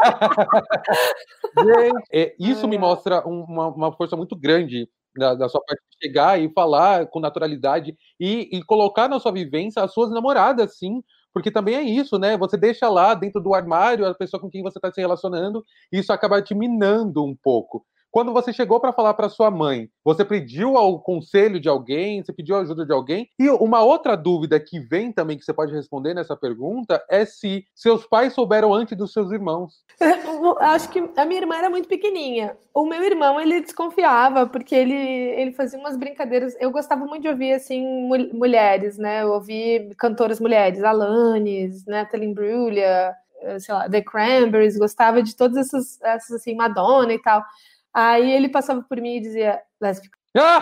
Isso me mostra uma força muito grande da sua parte de chegar e falar com naturalidade e colocar na sua vivência as suas namoradas, sim, porque também é isso, né? Você deixa lá dentro do armário a pessoa com quem você está se relacionando e isso acaba te minando um pouco. Quando você chegou para falar para sua mãe, você pediu o conselho de alguém, você pediu a ajuda de alguém? E uma outra dúvida que vem também, que você pode responder nessa pergunta, é se seus pais souberam antes dos seus irmãos. Acho que a minha irmã era muito pequenininha. O meu irmão, ele desconfiava, porque ele fazia umas brincadeiras. Eu gostava muito de ouvir, assim, mulheres, né? Eu ouvi cantoras mulheres, Alanis, Natalie Imbruglia, sei lá, The Cranberries, gostava de todas essas assim, Madonna e tal. Aí ele passava por mim e dizia, lésbica.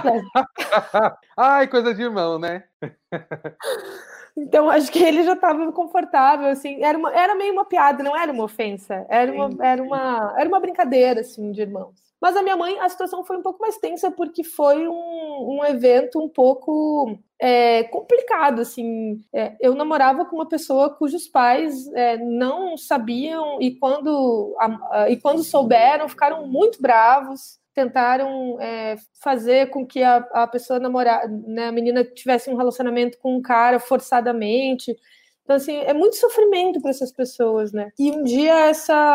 Ai, coisa de irmão, né? Então, acho que ele já estava confortável, assim, era meio uma piada, não era uma ofensa, era uma brincadeira, assim, de irmãos. Mas a minha mãe, a situação foi um pouco mais tensa, porque foi um evento um pouco complicado, assim. Eu namorava com uma pessoa cujos pais não sabiam, e quando souberam, ficaram muito bravos, tentaram fazer com que a pessoa né, a menina tivesse um relacionamento com um cara forçadamente. Então, assim, é muito sofrimento para essas pessoas, né? E um dia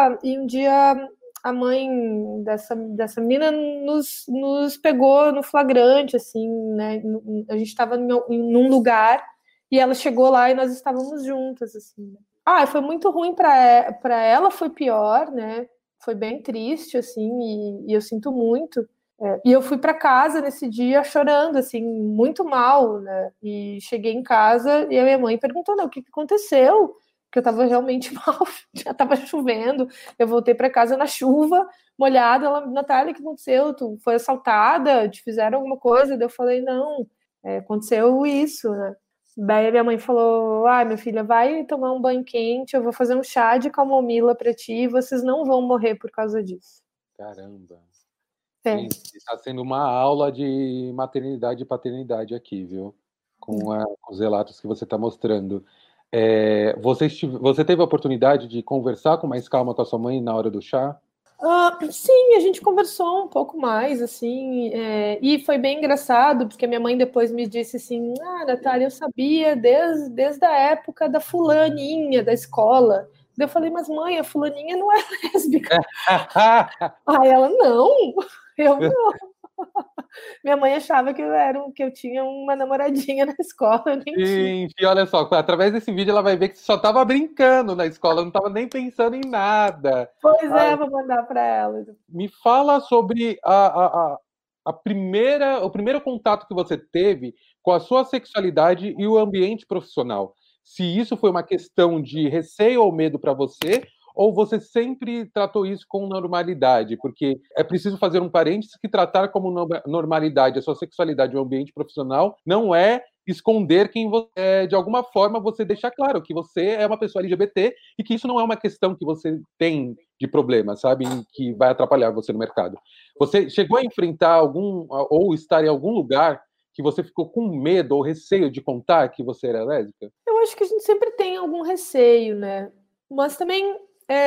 a mãe dessa menina nos pegou no flagrante, assim, né? A gente estava num lugar e ela chegou lá e nós estávamos juntas, assim. Foi muito ruim para ela, foi pior, né? Foi bem triste, assim, e eu sinto muito. E eu fui para casa nesse dia chorando, assim, muito mal, né? E cheguei em casa e a minha mãe perguntou, o que aconteceu? Porque eu estava realmente mal, já estava chovendo. Eu voltei para casa na chuva, molhada. Ela, Natália, o que aconteceu? Tu foi assaltada? Te fizeram alguma coisa? Daí eu falei, não, aconteceu isso, né? Daí a minha mãe falou, minha filha, vai tomar um banho quente, eu vou fazer um chá de camomila para ti, e vocês não vão morrer por causa disso. Caramba. Gente, está sendo uma aula de maternidade e paternidade aqui, viu? Com os relatos que você está mostrando. Você teve a oportunidade de conversar com mais calma com a sua mãe na hora do chá? Sim, a gente conversou um pouco mais, assim, e foi bem engraçado, porque a minha mãe depois me disse assim, Natália, eu sabia desde a época da fulaninha da escola. Eu falei, mas mãe, a fulaninha não é lésbica. Aí ela, não, eu não. Minha mãe achava que eu tinha uma namoradinha na escola. Eu nem Gente, olha só, através desse vídeo ela vai ver que você só estava brincando na escola, não estava nem pensando em nada. Pois vou mandar para ela. Me fala sobre o primeiro contato que você teve com a sua sexualidade e o ambiente profissional. Se isso foi uma questão de receio ou medo para você, ou você sempre tratou isso com normalidade? Porque é preciso fazer um parênteses que tratar como normalidade a sua sexualidade e o ambiente profissional não é esconder quem você é. De alguma forma, você deixa claro que você é uma pessoa LGBT e que isso não é uma questão que você tem de problema, sabe? Que vai atrapalhar você no mercado. Você chegou a enfrentar ou estar em algum lugar que você ficou com medo ou receio de contar que você era lésbica? Eu acho que a gente sempre tem algum receio, né? Mas também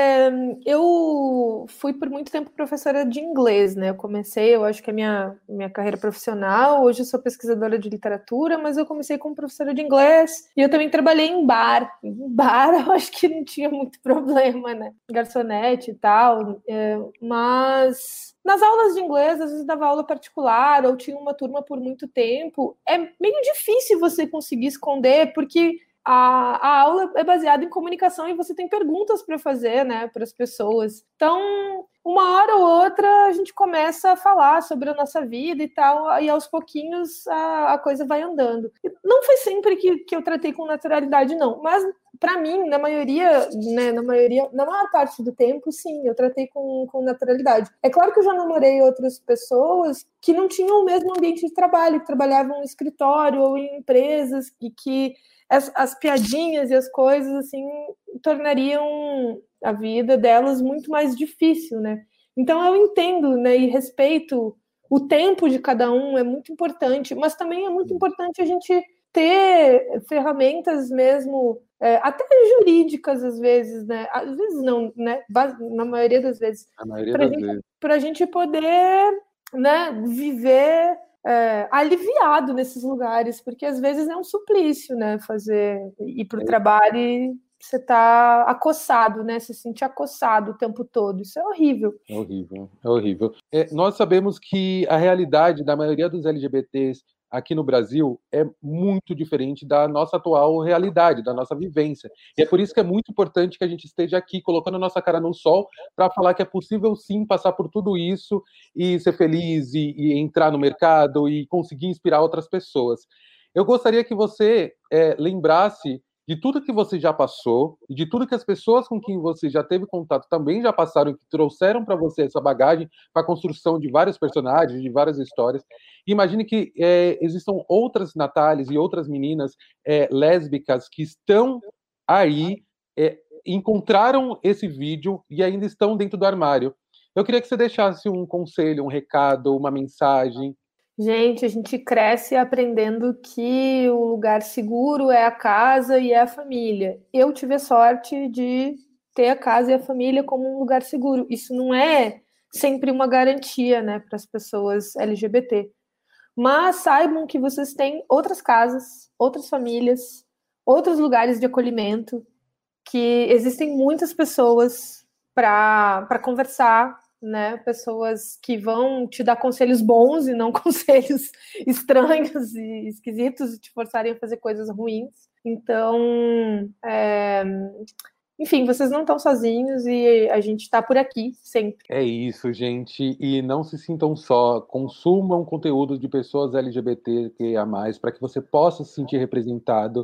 eu fui por muito tempo professora de inglês, né? Eu acho que a minha carreira profissional, hoje eu sou pesquisadora de literatura, mas eu comecei como professora de inglês e eu também trabalhei em bar. Em bar eu acho que não tinha muito problema, né? Garçonete e tal, mas nas aulas de inglês, às vezes dava aula particular ou tinha uma turma por muito tempo, é meio difícil você conseguir esconder, porque a aula é baseada em comunicação e você tem perguntas para fazer, né, para as pessoas. Então, uma hora ou outra, a gente começa a falar sobre a nossa vida e tal, e aos pouquinhos a coisa vai andando. Não foi sempre que eu tratei com naturalidade, não, mas para mim, na maior parte do tempo, sim, eu tratei com naturalidade. É claro que eu já namorei outras pessoas que não tinham o mesmo ambiente de trabalho, que trabalhavam em escritório ou em empresas, e que as piadinhas e as coisas, assim, tornariam a vida delas muito mais difícil, né? Então eu entendo, né, e respeito o tempo de cada um, é muito importante, mas também é muito importante a gente ter ferramentas mesmo, até jurídicas às vezes, né? Às vezes não, né? Na maioria das vezes. Para a gente poder, né, viver aliviado nesses lugares, porque às vezes é um suplício, né? Ir para o trabalho e você tá acossado, né? Se sentir acossado o tempo todo. Isso é horrível. É horrível, é horrível. Nós sabemos que a realidade da maioria dos LGBTs aqui no Brasil é muito diferente da nossa atual realidade, da nossa vivência. E é por isso que é muito importante que a gente esteja aqui colocando a nossa cara no sol para falar que é possível sim passar por tudo isso e ser feliz e entrar no mercado e conseguir inspirar outras pessoas. Eu gostaria que você lembrasse de tudo que você já passou e de tudo que as pessoas com quem você já teve contato também já passaram e que trouxeram para você essa bagagem para a construção de vários personagens, de várias histórias. E imagine que existam outras Natálias e outras meninas lésbicas que estão aí, encontraram esse vídeo e ainda estão dentro do armário. Eu queria que você deixasse um conselho, um recado, uma mensagem. Gente, a gente cresce aprendendo que o lugar seguro é a casa e é a família. Eu tive a sorte de ter a casa e a família como um lugar seguro. Isso não é sempre uma garantia, né, para as pessoas LGBT. Mas saibam que vocês têm outras casas, outras famílias, outros lugares de acolhimento, que existem muitas pessoas para conversar, né? Pessoas que vão te dar conselhos bons e não conselhos estranhos e esquisitos e te forçarem a fazer coisas ruins. Então, enfim, vocês não estão sozinhos e a gente está por aqui sempre. É isso, gente. E não se sintam só. Consumam conteúdo de pessoas LGBTQIA+, para que você possa se sentir representado.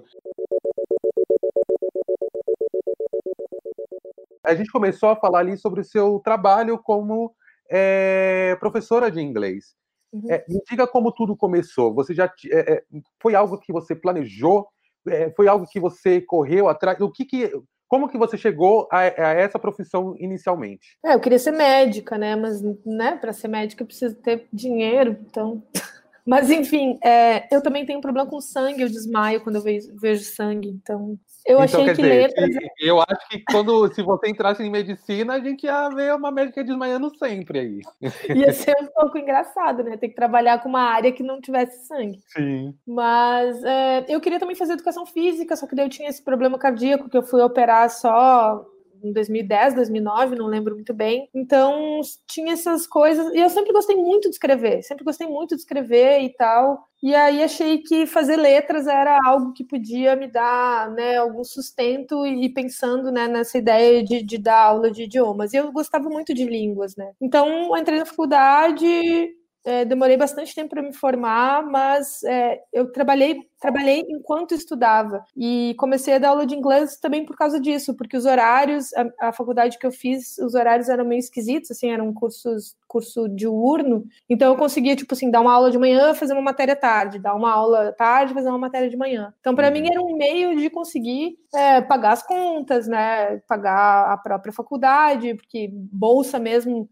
A gente começou a falar ali sobre o seu trabalho como professora de inglês. Uhum. Me diga como tudo começou. Você já foi algo que você planejou? Foi algo que você correu atrás? Como que você chegou a essa profissão inicialmente? Eu queria ser médica, né? Mas, né, para ser médica eu preciso ter dinheiro, então. Mas, enfim, eu também tenho um problema com sangue, eu desmaio quando eu vejo sangue, então. Eu achei que letras. Eu acho que se você entrasse em medicina, a gente ia ver uma médica desmaiando sempre aí. Ia ser um pouco engraçado, né? Ter que trabalhar com uma área que não tivesse sangue. Sim. Mas eu queria também fazer educação física, só que daí eu tinha esse problema cardíaco que eu fui operar só em 2010, 2009, não lembro muito bem. Então, tinha essas coisas. E eu sempre gostei muito de escrever e tal. E aí achei que fazer letras era algo que podia me dar, né, algum sustento e pensando, né, nessa ideia de dar aula de idiomas. E eu gostava muito de línguas, né? Então, eu entrei na faculdade. Demorei bastante tempo para me formar, mas eu trabalhei enquanto estudava e comecei a dar aula de inglês também por causa disso, porque os horários, a faculdade que eu fiz, os horários eram meio esquisitos, assim, eram curso diurno, então eu conseguia, tipo assim, dar uma aula de manhã, fazer uma matéria à tarde, dar uma aula à tarde, fazer uma matéria de manhã. Então, para mim, era um meio de conseguir pagar as contas, né, pagar a própria faculdade, porque bolsa mesmo.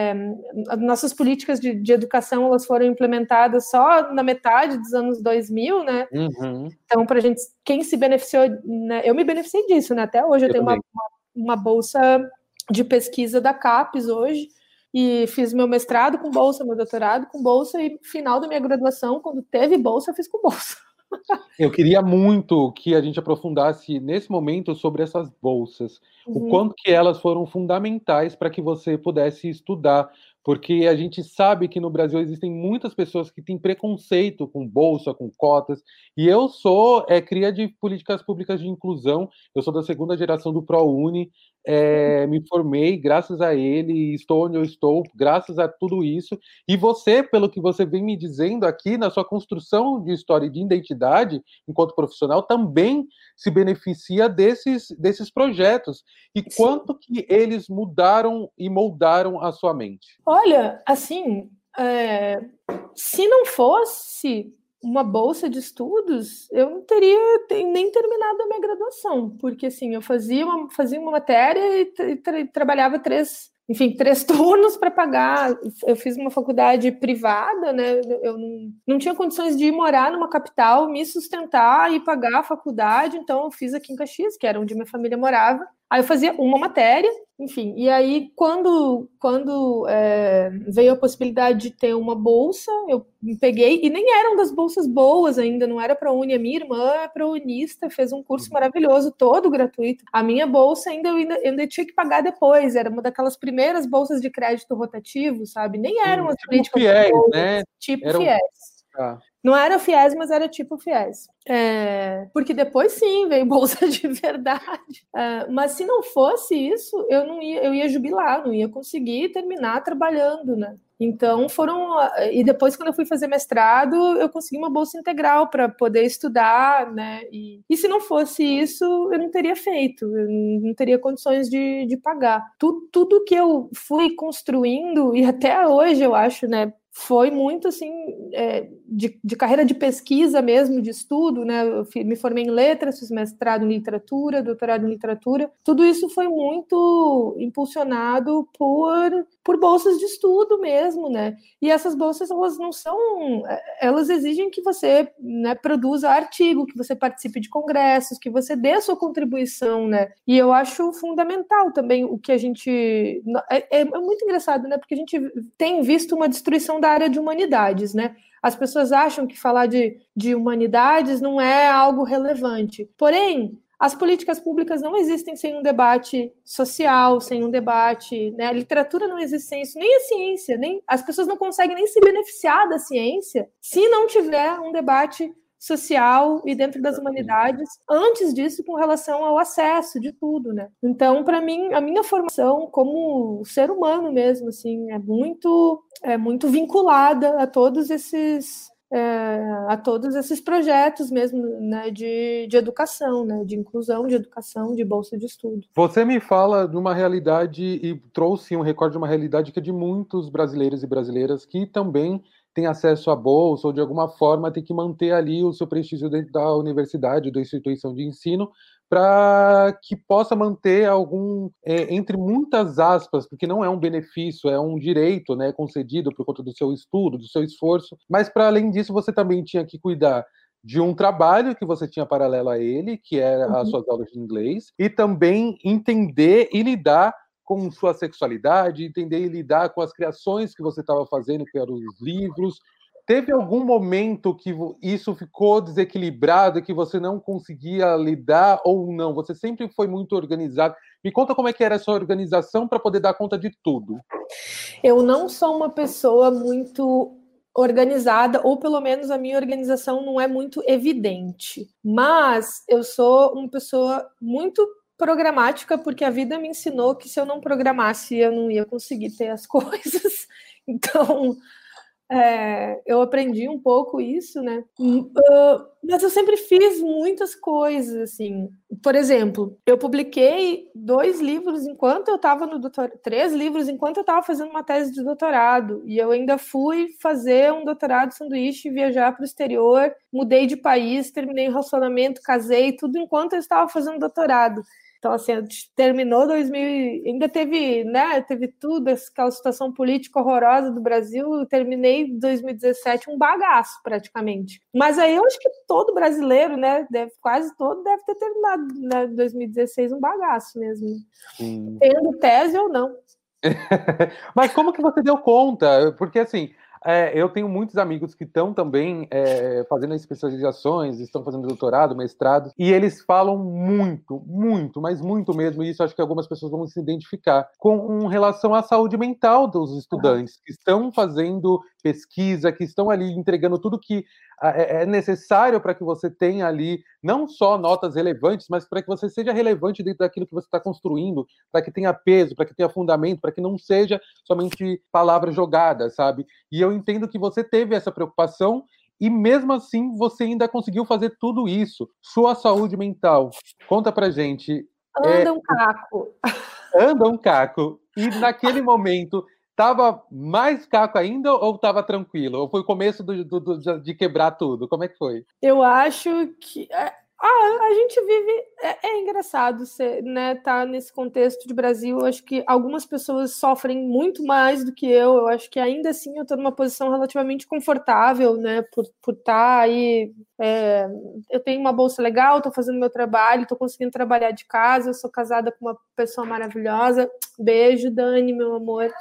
Nossas políticas de educação elas foram implementadas só na metade dos anos 2000, né? Uhum. Então, para gente, quem se beneficiou, né? Eu me beneficiei disso, né? Até hoje eu tenho uma bolsa de pesquisa da CAPES hoje e fiz meu mestrado com bolsa, meu doutorado com bolsa e final da minha graduação, quando teve bolsa, eu fiz com bolsa. Eu queria muito que a gente aprofundasse nesse momento sobre essas bolsas, o quanto que elas foram fundamentais para que você pudesse estudar, porque a gente sabe que no Brasil existem muitas pessoas que têm preconceito com bolsa, com cotas, e eu sou cria de políticas públicas de inclusão, eu sou da segunda geração do ProUni, me formei graças a ele, estou onde eu estou, graças a tudo isso, e você, pelo que você vem me dizendo aqui, na sua construção de história e de identidade, enquanto profissional, também se beneficia desses projetos. E quanto que eles mudaram e moldaram a sua mente? Olha, assim, se não fosse uma bolsa de estudos, eu não teria nem terminado a minha graduação, porque assim, eu fazia uma matéria e trabalhava três turnos para pagar. Eu fiz uma faculdade privada, né? Eu não tinha condições de ir morar numa capital, me sustentar e pagar a faculdade, então eu fiz aqui em Caxias, que era onde minha família morava. Aí eu fazia uma matéria, enfim, e aí quando veio a possibilidade de ter uma bolsa, eu me peguei, e nem eram das bolsas boas ainda, não era para a Uni, a minha irmã é prounista, fez um curso maravilhoso, todo gratuito. A minha bolsa eu ainda tinha que pagar depois, era uma daquelas primeiras bolsas de crédito rotativo, sabe? Nem eram as políticas FIES, boas, né? Tipo FIES. Ah. Não era FIES, mas era tipo FIES. Porque depois sim, veio bolsa de verdade. Mas se não fosse isso, eu ia jubilar, não ia conseguir terminar trabalhando, né? Então e depois, quando eu fui fazer mestrado, eu consegui uma bolsa integral para poder estudar, né? E se não fosse isso, eu não teria feito, eu não teria condições de pagar. Tudo que eu fui construindo, e até hoje eu acho, né? Foi muito assim, de carreira de pesquisa mesmo, de estudo, né? Eu me formei em letras, fiz mestrado em literatura, doutorado em literatura. Tudo isso foi muito impulsionado por bolsas de estudo mesmo, né? E essas bolsas, elas exigem que você, né, produza artigo, que você participe de congressos, que você dê a sua contribuição, né? E eu acho fundamental também o que a gente... É muito engraçado, né? Porque a gente tem visto uma destruição da área de humanidades, né? As pessoas acham que falar de humanidades não é algo relevante. Porém, as políticas públicas não existem sem um debate social, sem um debate, né? A literatura não existe sem isso, nem a ciência, as pessoas não conseguem nem se beneficiar da ciência se não tiver um debate social e dentro das humanidades, antes disso, com relação ao acesso de tudo, né? Então, para mim, a minha formação como ser humano mesmo, assim, é muito vinculada a todos esses projetos mesmo, né, de educação, né, de inclusão, de educação, de bolsa de estudo. Você me fala de uma realidade e trouxe um recorde de uma realidade que é de muitos brasileiros e brasileiras que também têm acesso à bolsa ou de alguma forma tem que manter ali o seu prestígio dentro da universidade, da instituição de ensino, para que possa manter algum, entre muitas aspas, porque não é um benefício, é um direito, né, concedido por conta do seu estudo, do seu esforço, mas para além disso você também tinha que cuidar de um trabalho que você tinha paralelo a ele, que era as suas aulas de inglês, e também entender e lidar com sua sexualidade, entender e lidar com as criações que você estava fazendo, que eram os livros. Teve algum momento que isso ficou desequilibrado, que você não conseguia lidar ou não? Você sempre foi muito organizado. Me conta como é que era a sua organização para poder dar conta de tudo. Eu não sou uma pessoa muito organizada, ou pelo menos a minha organização não é muito evidente. Mas eu sou uma pessoa muito programática, porque a vida me ensinou que se eu não programasse, eu não ia conseguir ter as coisas. Então, eu aprendi um pouco isso, né? Mas eu sempre fiz muitas coisas, assim. Por exemplo, eu publiquei 2 livros enquanto eu estava no doutorado, 3 livros enquanto eu estava fazendo uma tese de doutorado. E eu ainda fui fazer um doutorado sanduíche, viajar para o exterior, mudei de país, terminei o relacionamento, casei, tudo enquanto eu estava fazendo doutorado. Então, assim, terminou 2000, ainda teve, né, teve tudo, aquela situação política horrorosa do Brasil, eu terminei 2017 um bagaço, praticamente. Mas aí eu acho que todo brasileiro, né, quase todo, deve ter terminado, né, 2016 um bagaço mesmo. Tendo tese ou não. Mas como que você deu conta? Porque, assim, eu tenho muitos amigos que estão também fazendo especializações, estão fazendo doutorado, mestrado, e eles falam muito, muito, mas muito mesmo, e isso acho que algumas pessoas vão se identificar, com relação à saúde mental dos estudantes, que estão fazendo pesquisa, que estão ali entregando tudo que é necessário para que você tenha ali, não só notas relevantes, mas para que você seja relevante dentro daquilo que você está construindo, para que tenha peso, para que tenha fundamento, para que não seja somente palavras jogadas, sabe? E eu entendo que você teve essa preocupação e mesmo assim você ainda conseguiu fazer tudo isso. Sua saúde mental, conta pra gente. Anda um caco. Anda um caco. E naquele momento, tava mais caco ainda ou tava tranquilo? Ou foi o começo de quebrar tudo? Como é que foi? Eu acho que... a gente vive... É engraçado ser, né, tá nesse contexto de Brasil. Eu acho que algumas pessoas sofrem muito mais do que eu. Eu acho que ainda assim eu tô numa posição relativamente confortável, né, por estar aí... eu tenho uma bolsa legal, tô fazendo meu trabalho, tô conseguindo trabalhar de casa, eu sou casada com uma pessoa maravilhosa. Beijo, Dani, meu amor.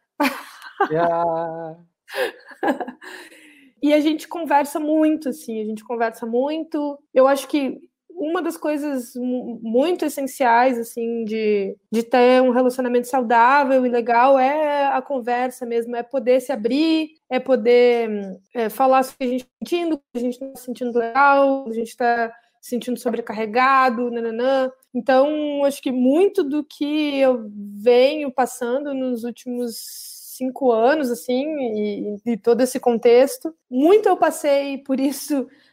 E a gente conversa muito, assim, Eu acho que uma das coisas muito essenciais, assim, de ter um relacionamento saudável e legal é a conversa mesmo, é poder se abrir, é poder falar sobre o que a gente está sentindo, o que a gente está sentindo legal, o que a gente está se sentindo sobrecarregado, nananã. Então, acho que muito do que eu venho passando nos últimos 5 anos, assim, e todo esse contexto. Muito eu passei por isso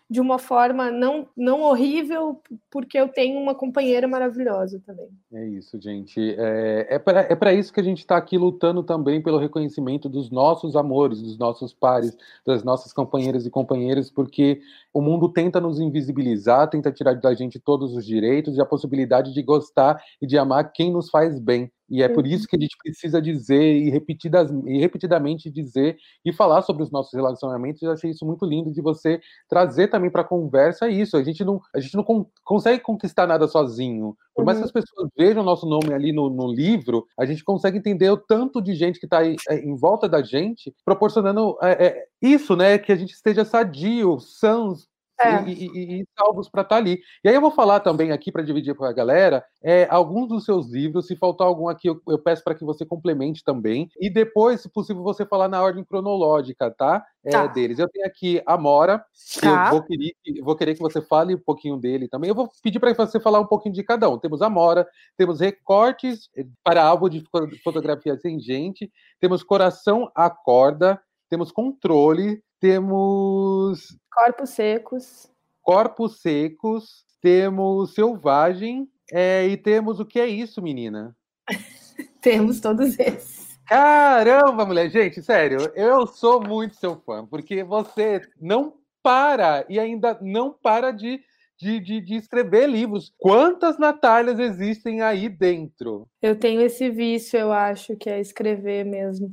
de uma forma não horrível, porque eu tenho uma companheira maravilhosa também. É isso, gente. É para isso que a gente está aqui lutando também pelo reconhecimento dos nossos amores, dos nossos pares, das nossas companheiras e companheiros, porque o mundo tenta nos invisibilizar, tenta tirar da gente todos os direitos e a possibilidade de gostar e de amar quem nos faz bem. E é por isso que a gente precisa dizer e repetidamente dizer e falar sobre os nossos relacionamentos. Eu achei isso muito lindo de você trazer também para a conversa isso. A gente não consegue conquistar nada sozinho. Por mais que as pessoas vejam o nosso nome ali no livro, a gente consegue entender o tanto de gente que está aí em volta da gente, proporcionando isso, né? Que a gente esteja sadio, sãos, e salvos para estar ali. E aí eu vou falar também aqui para dividir com a galera alguns dos seus livros. Se faltar algum aqui, eu peço para que você complemente também. E depois, se possível, você falar na ordem cronológica, tá? Deles. Eu tenho aqui Amora. Eu vou querer que você fale um pouquinho dele também. Eu vou pedir para você falar um pouquinho de cada um. Temos Amora, temos Recortes para álbum de fotografia sem gente, temos Coração à Corda, temos Controle, temos Corpos Secos, temos Selvagem, e temos O Que É Isso, Menina? Temos todos esses. Caramba, mulher! Gente, sério, eu sou muito seu fã, porque você não para e ainda não para de escrever livros. Quantas Natálias existem aí dentro? Eu tenho esse vício, eu acho, que é escrever mesmo.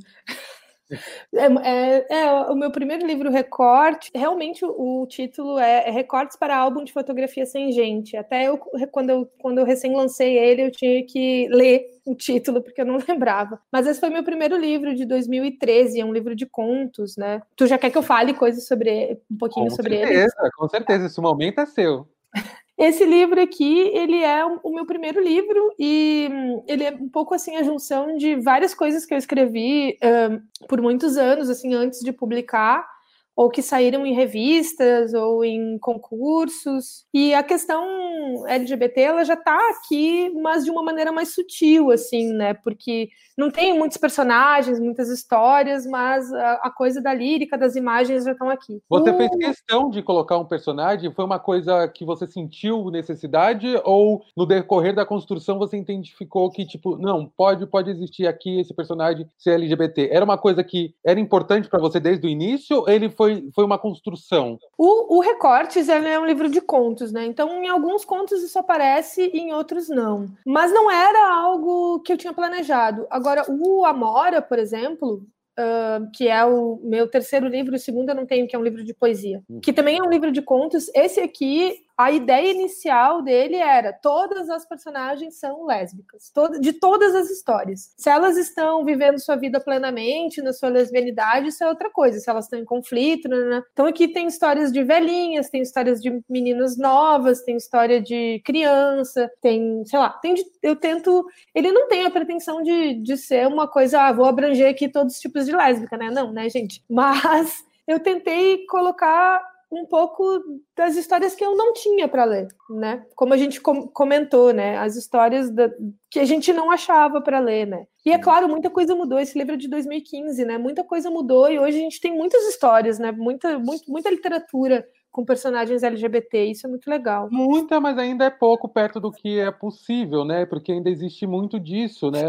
O meu primeiro livro, Recorte, realmente o título é Recortes para álbum de fotografia sem gente. Até quando eu recém lancei ele, eu tinha que ler o título, porque eu não lembrava. Mas esse foi meu primeiro livro, de 2013, é um livro de contos, né? Tu já quer que eu fale coisas um pouquinho sobre ele? Com certeza, esse momento é seu. Esse livro aqui, ele é o meu primeiro livro e ele é um pouco assim a junção de várias coisas que eu escrevi por muitos anos, assim, antes de publicar, ou que saíram em revistas ou em concursos. E a questão LGBT, ela já está aqui, mas de uma maneira mais sutil, assim, né? Porque não tem muitos personagens, muitas histórias, mas a coisa da lírica, das imagens já estão aqui. Você fez questão de colocar um personagem? Foi uma coisa que você sentiu necessidade? Ou no decorrer da construção você identificou que, tipo, não, pode existir aqui esse personagem ser LGBT? Era uma coisa que era importante para você desde o início? Ou ele foi uma construção? O Recortes, ele é um livro de contos, né? Então, em alguns contos isso aparece e em outros não. Mas não era algo que eu tinha planejado. Agora, o Amora, por exemplo, que é o meu terceiro livro, o segundo eu não tenho, que é um livro de poesia, que também é um livro de contos. Esse aqui, a ideia inicial dele era: todas as personagens são lésbicas, de todas as histórias. Se elas estão vivendo sua vida plenamente, na sua lesbianidade, isso é outra coisa. Se elas estão em conflito, né? Então aqui tem histórias de velhinhas, tem histórias de meninas novas, tem história de criança, tem, sei lá, eu tento... Ele não tem a pretensão de ser uma coisa, vou abranger aqui todos os tipos de lésbica, né? Não, né, gente? Mas eu tentei colocar um pouco das histórias que eu não tinha para ler, né? Como a gente comentou, né? As histórias que a gente não achava para ler, né? E é claro, muita coisa mudou. Esse livro é de 2015, né? Muita coisa mudou e hoje a gente tem muitas histórias, né? Muita literatura com personagens LGBT, isso é muito legal. Muita, mas ainda é pouco perto do que é possível, né? Porque ainda existe muito disso, né?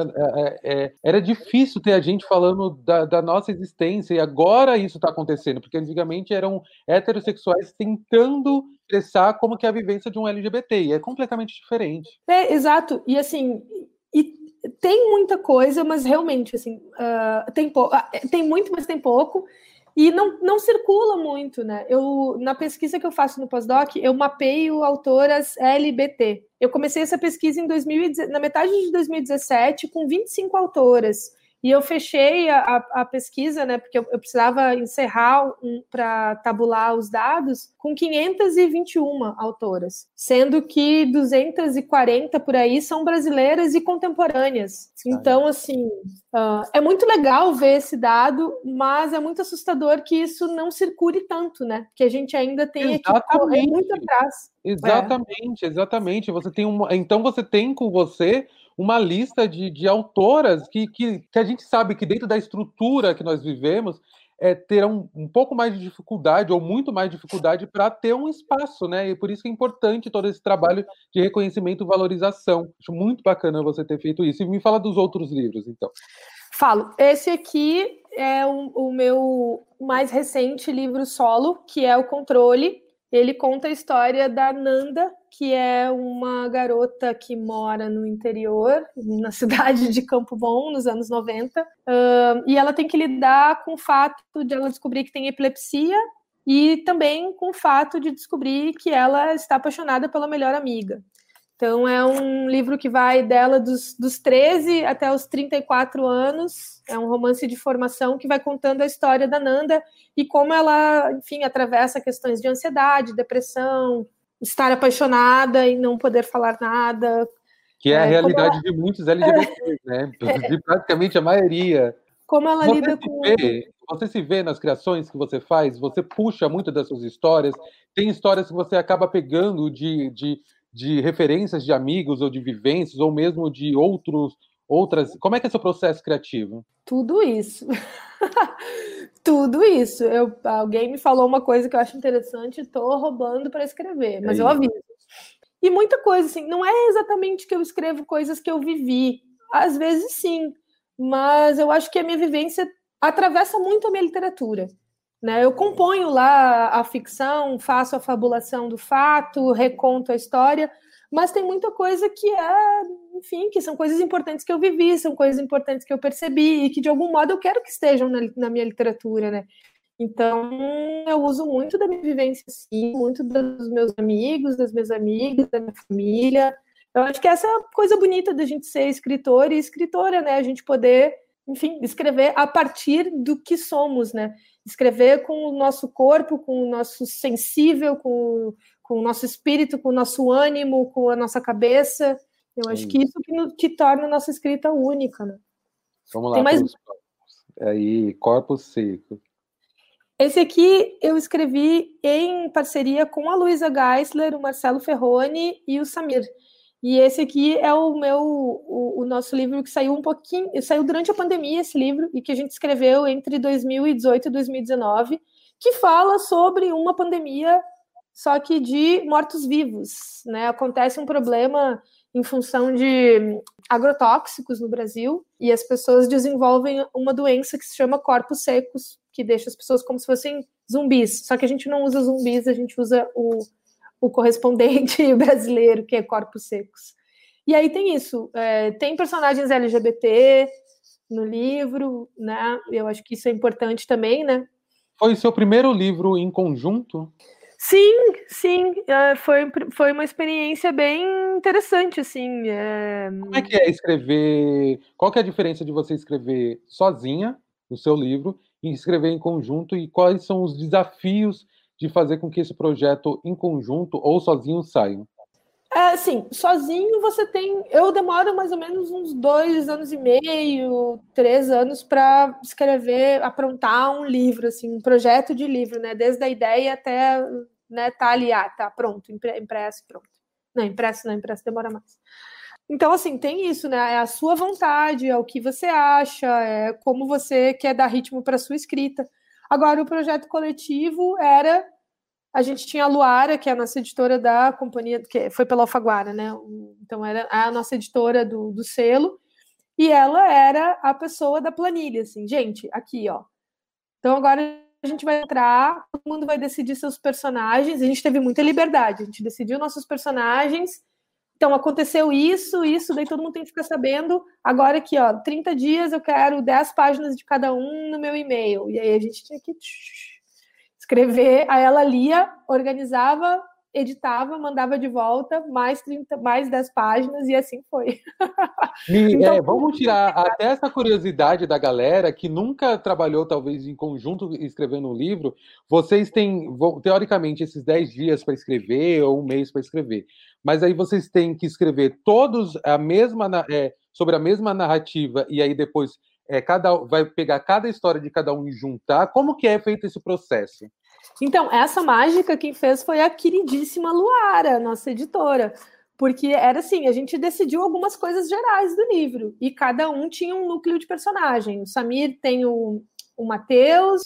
Era difícil ter a gente falando da nossa existência, e agora isso está acontecendo, porque antigamente eram heterossexuais tentando expressar como que é a vivência de um LGBT, e é completamente diferente. Exato, e assim, tem muita coisa, mas realmente, assim, tem muito, mas tem pouco. E não circula muito, né? Na pesquisa que eu faço no pós-doc, eu mapeio autoras LGBT. Eu comecei essa pesquisa na metade de 2017, com 25 autoras. E eu fechei a pesquisa, né? Porque eu precisava encerrar para tabular os dados, com 521 autoras. Sendo que 240 por aí são brasileiras e contemporâneas. Então, assim, é muito legal ver esse dado, mas é muito assustador que isso não circule tanto, né? Que a gente ainda tem que correr muito atrás. Exatamente. Então você tem com você uma lista de autoras que a gente sabe que dentro da estrutura que nós vivemos, terão um pouco mais de dificuldade, ou muito mais dificuldade, para ter um espaço, né? E por isso que é importante todo esse trabalho de reconhecimento e valorização. Acho muito bacana você ter feito isso. E me fala dos outros livros, então. Falo. Esse aqui é o meu mais recente livro solo, que é O Controle. Ele conta a história da Nanda, que é uma garota que mora no interior, na cidade de Campo Bom, nos anos 90. E ela tem que lidar com o fato de ela descobrir que tem epilepsia e também com o fato de descobrir que ela está apaixonada pela melhor amiga. Então, é um livro que vai dela dos 13 até os 34 anos. É um romance de formação que vai contando a história da Nanda e como ela, enfim, atravessa questões de ansiedade, depressão, estar apaixonada e não poder falar nada. Que é a realidade de muitos LGBTs, né? De praticamente a maioria. Como ela lida com... Você se vê nas criações que você faz? Você puxa muito das suas histórias? Tem histórias que você acaba pegando de referências de amigos ou de vivências, ou mesmo de outras... Como é que é seu processo criativo? Tudo isso. Tudo isso. Alguém me falou uma coisa que eu acho interessante, estou roubando para escrever, mas eu aviso. E muita coisa, assim, não é exatamente que eu escrevo coisas que eu vivi. Às vezes, sim. Mas eu acho que a minha vivência atravessa muito a minha literatura. Né? Eu componho lá a ficção, faço a fabulação do fato, reconto a história, mas tem muita coisa que enfim, que são coisas importantes que eu vivi, são coisas importantes que eu percebi e que, de algum modo, eu quero que estejam na minha literatura, né? Então, eu uso muito da minha vivência, sim, muito dos meus amigos, das minhas amigas, da minha família. Eu acho que essa é a coisa bonita da gente ser escritor e escritora, né? A gente poder, enfim, escrever a partir do que somos, né? Escrever com o nosso corpo, com o nosso sensível, com o nosso espírito, com o nosso ânimo, com a nossa cabeça. Eu acho que isso que torna a nossa escrita única, né? Vamos lá, mais... Aí, Corpo Seco. Esse aqui eu escrevi em parceria com a Luísa Geisler, o Marcelo Ferroni e o Samir. E esse aqui é o nosso livro que saiu saiu durante a pandemia, esse livro, e que a gente escreveu entre 2018 e 2019, que fala sobre uma pandemia, só que de mortos-vivos, né? Acontece um problema em função de agrotóxicos no Brasil, e as pessoas desenvolvem uma doença que se chama corpos secos, que deixa as pessoas como se fossem zumbis. Só que a gente não usa zumbis, a gente usa o correspondente brasileiro, que é corpos secos. E aí tem isso, tem personagens LGBT no livro, né? Eu acho que isso é importante também, né? Foi o seu primeiro livro em conjunto? Sim, foi uma experiência bem interessante, assim. Como é que é escrever? Qual que é a diferença de você escrever sozinha o seu livro e escrever em conjunto, e quais são os desafios de fazer com que esse projeto em conjunto ou sozinho saiam? Sim, sozinho você tem... Eu demoro mais ou menos uns 2 anos e meio, 3 anos para escrever, aprontar um livro, assim, um projeto de livro, né? Desde a ideia até, né, tá ali, tá pronto, impresso, pronto. Não, impresso demora mais. Então, assim, tem isso, né? É a sua vontade, é o que você acha, é como você quer dar ritmo para a sua escrita. Agora, o projeto coletivo era... A gente tinha a Luara, que é a nossa editora da companhia, que foi pela Alfaguara, né? Então, era a nossa editora do selo, e ela era a pessoa da planilha, assim, gente, aqui, ó. Então, agora a gente vai entrar, todo mundo vai decidir seus personagens, a gente teve muita liberdade, a gente decidiu nossos personagens, então aconteceu isso, daí todo mundo tem que ficar sabendo, agora aqui, ó, 30 dias eu quero 10 páginas de cada um no meu e-mail, e aí a gente tinha que... escrever, aí ela lia, organizava, editava, mandava de volta, mais 10 páginas, e assim foi. Então, vamos tirar até essa curiosidade da galera que nunca trabalhou, talvez, em conjunto escrevendo um livro. Vocês têm, teoricamente, esses 10 dias para escrever, ou um mês para escrever. Mas aí vocês têm que escrever todos sobre a mesma narrativa, e aí depois... vai pegar cada história de cada um e juntar. Como que é feito esse processo? Então, essa mágica quem fez foi a queridíssima Luara, nossa editora, porque era assim, a gente decidiu algumas coisas gerais do livro, e cada um tinha um núcleo de personagem. O Samir tem o Matheus,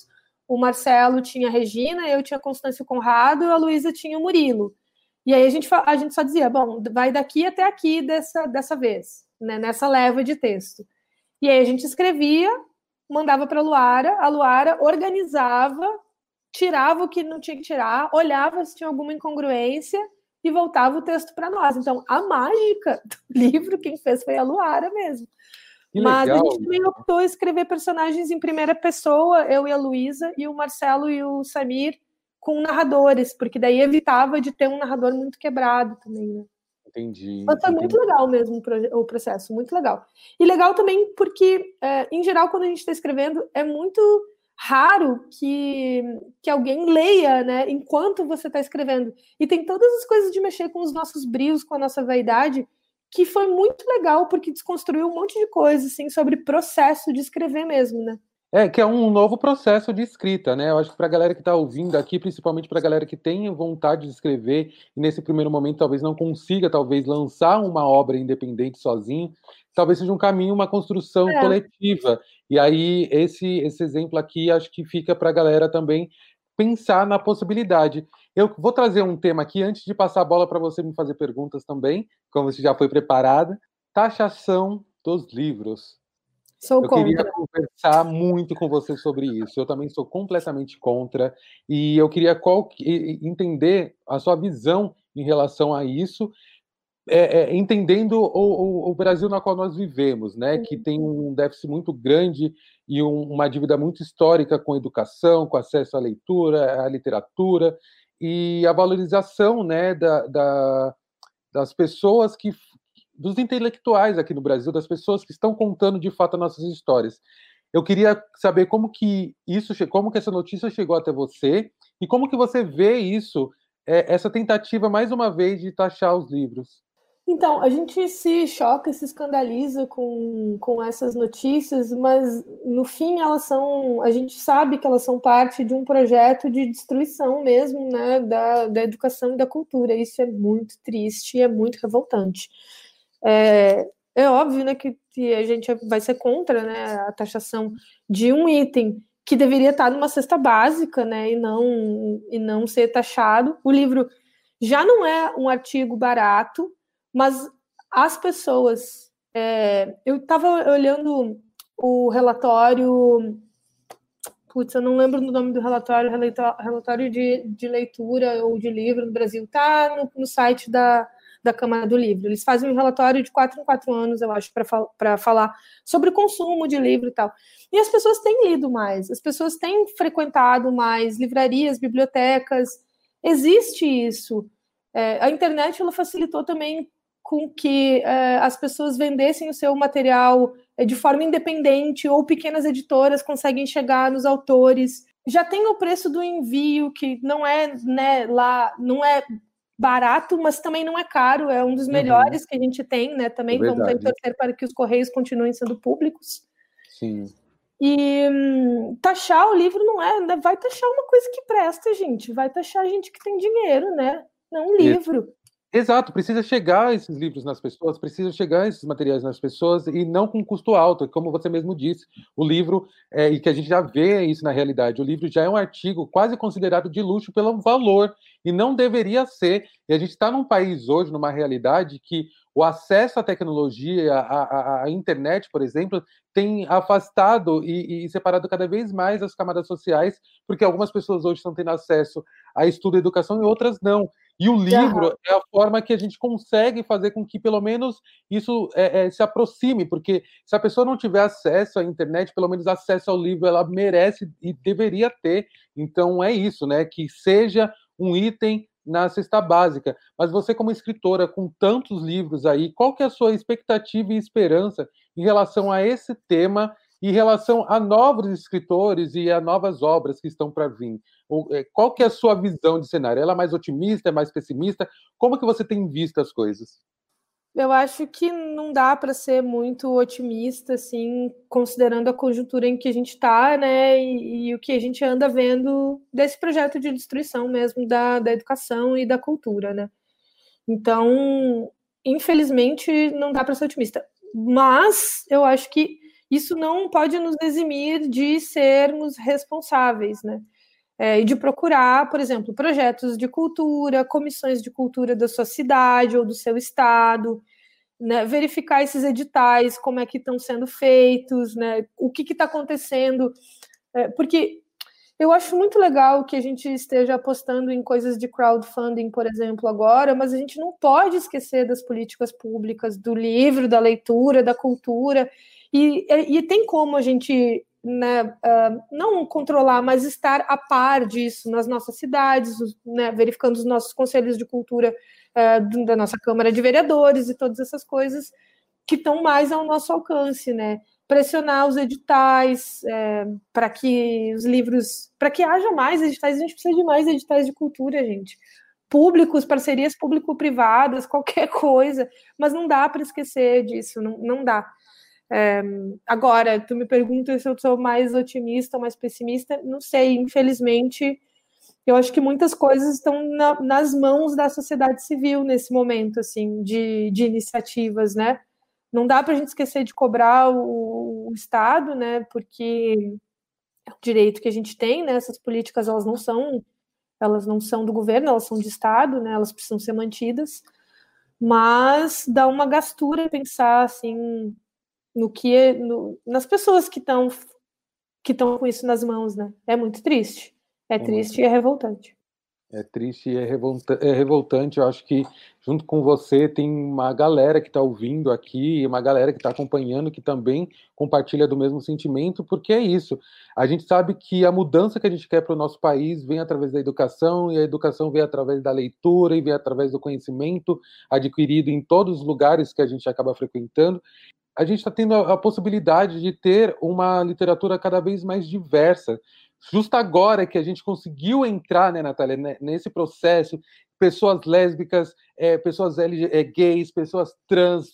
o Marcelo tinha a Regina, eu tinha a Constância e o Conrado, a Luísa tinha o Murilo. E aí a gente só dizia, bom, vai daqui até aqui dessa vez, né, nessa leva de texto. E aí a gente escrevia, mandava para a Luara organizava, tirava o que não tinha que tirar, olhava se tinha alguma incongruência e voltava o texto para nós. Então, a mágica do livro, quem fez foi a Luara mesmo. Que Mas legal. a gente também optou escrever personagens em primeira pessoa, eu e a Luísa, e o Marcelo e o Samir com narradores, porque daí evitava de ter um narrador muito quebrado também, né? Entendi. Mas foi muito legal mesmo o processo, muito legal. E legal também porque, em geral, quando a gente está escrevendo, é muito raro que alguém leia, né, enquanto você está escrevendo. E tem todas as coisas de mexer com os nossos brios, com a nossa vaidade, que foi muito legal, porque desconstruiu um monte de coisa, assim, sobre processo de escrever mesmo, né? Que é um novo processo de escrita, né? Eu acho que para a galera que está ouvindo aqui, principalmente para a galera que tem vontade de escrever e nesse primeiro momento talvez não consiga, talvez, lançar uma obra independente sozinho, talvez seja um caminho, uma construção coletiva. E aí, esse exemplo aqui, acho que fica para a galera também pensar na possibilidade. Eu vou trazer um tema aqui, antes de passar a bola para você me fazer perguntas também, como você já foi preparada. Taxação dos livros. Eu queria conversar muito com você sobre isso. Eu também sou completamente contra e eu queria entender a sua visão em relação a isso, entendendo o Brasil na qual nós vivemos, né? Que tem um déficit muito grande e uma dívida muito histórica com a educação, com acesso à leitura, à literatura e a valorização, né, das pessoas dos intelectuais aqui no Brasil, das pessoas que estão contando de fato as nossas histórias. Eu queria saber como que essa notícia chegou até você e como que você vê isso, essa tentativa mais uma vez de taxar os livros. Então, a gente se choca, se escandaliza com essas notícias, mas no fim a gente sabe que elas são parte de um projeto de destruição mesmo, né, da educação e da cultura. Isso é muito triste e é muito revoltante. É óbvio, né, que a gente vai ser contra, né, a taxação de um item que deveria estar numa cesta básica, né, e não ser taxado. O livro já não é um artigo barato, mas as pessoas... eu estava olhando o relatório... Putz, eu não lembro do nome do relatório de leitura ou de livro no Brasil. Está no site da Câmara do Livro. Eles fazem um relatório de 4 em 4 anos, eu acho, para falar sobre o consumo de livro e tal. E as pessoas têm lido mais, as pessoas têm frequentado mais livrarias, bibliotecas. Existe isso. A internet ela facilitou também com que as pessoas vendessem o seu material de forma independente, ou pequenas editoras conseguem chegar nos autores. Já tem o preço do envio, que não é, né, lá, não é barato, mas também não é caro, é um dos melhores que a gente tem, né? Também vamos torcer para que os correios continuem sendo públicos. Sim. E taxar o livro não vai taxar uma coisa que presta, gente. Vai taxar gente que tem dinheiro, né? Não um livro. Exato, precisa chegar esses livros nas pessoas, precisa chegar esses materiais nas pessoas e não com custo alto, como você mesmo disse. O livro, e que a gente já vê isso na realidade, o livro já é um artigo quase considerado de luxo pelo valor, e não deveria ser. E a gente está num país hoje, numa realidade que o acesso à tecnologia, à internet, por exemplo, tem afastado e separado cada vez mais as camadas sociais, porque algumas pessoas hoje estão tendo acesso a estudo e educação e outras não. E o livro é a forma que a gente consegue fazer com que, pelo menos, isso se aproxime, porque se a pessoa não tiver acesso à internet, pelo menos acesso ao livro, ela merece e deveria ter. Então, é isso, né? Que seja um item na cesta básica. Mas você, como escritora, com tantos livros aí, qual que é a sua expectativa e esperança em relação a esse tema, em relação a novos escritores e a novas obras que estão para vir? Qual que é a sua visão de cenário? Ela é mais otimista, é mais pessimista? Como que você tem visto as coisas? Eu acho que não dá para ser muito otimista, assim, considerando a conjuntura em que a gente está, né, e o que a gente anda vendo desse projeto de destruição mesmo da educação e da cultura, né? Então, infelizmente, não dá para ser otimista. Mas eu acho que isso não pode nos eximir de sermos responsáveis, né? E de procurar, por exemplo, projetos de cultura, comissões de cultura da sua cidade ou do seu estado, né? Verificar esses editais, como é que estão sendo feitos, né? O que está acontecendo, porque eu acho muito legal que a gente esteja apostando em coisas de crowdfunding, por exemplo, agora, mas a gente não pode esquecer das políticas públicas, do livro, da leitura, da cultura, e tem como a gente, né, não controlar, mas estar a par disso nas nossas cidades, né, verificando os nossos conselhos de cultura da nossa Câmara de Vereadores e todas essas coisas que estão mais ao nosso alcance, né? Pressionar os editais para que os livros, para que haja mais editais, a gente precisa de mais editais de cultura, gente. Públicos, parcerias público-privadas, qualquer coisa, mas não dá para esquecer disso, não dá. Agora, tu me pergunta se eu sou mais otimista ou mais pessimista, não sei, infelizmente, eu acho que muitas coisas estão nas mãos da sociedade civil nesse momento, assim, de iniciativas, né? Não dá para a gente esquecer de cobrar o Estado, né? Porque é um direito que a gente tem, né? Essas políticas elas não são do governo, elas são de Estado, né? Elas precisam ser mantidas. Mas dá uma gastura pensar assim nas pessoas que estão com isso nas mãos, né? É muito triste. É triste e é revoltante. É triste e é revoltante. Eu acho que, junto com você, tem uma galera que está ouvindo aqui, uma galera que está acompanhando, que também compartilha do mesmo sentimento, porque é isso. A gente sabe que a mudança que a gente quer para o nosso país vem através da educação, e a educação vem através da leitura, e vem através do conhecimento adquirido em todos os lugares que a gente acaba frequentando. A gente está tendo a possibilidade de ter uma literatura cada vez mais diversa. Justo agora que a gente conseguiu entrar, né, Natália, nesse processo, pessoas lésbicas, pessoas gays, pessoas trans,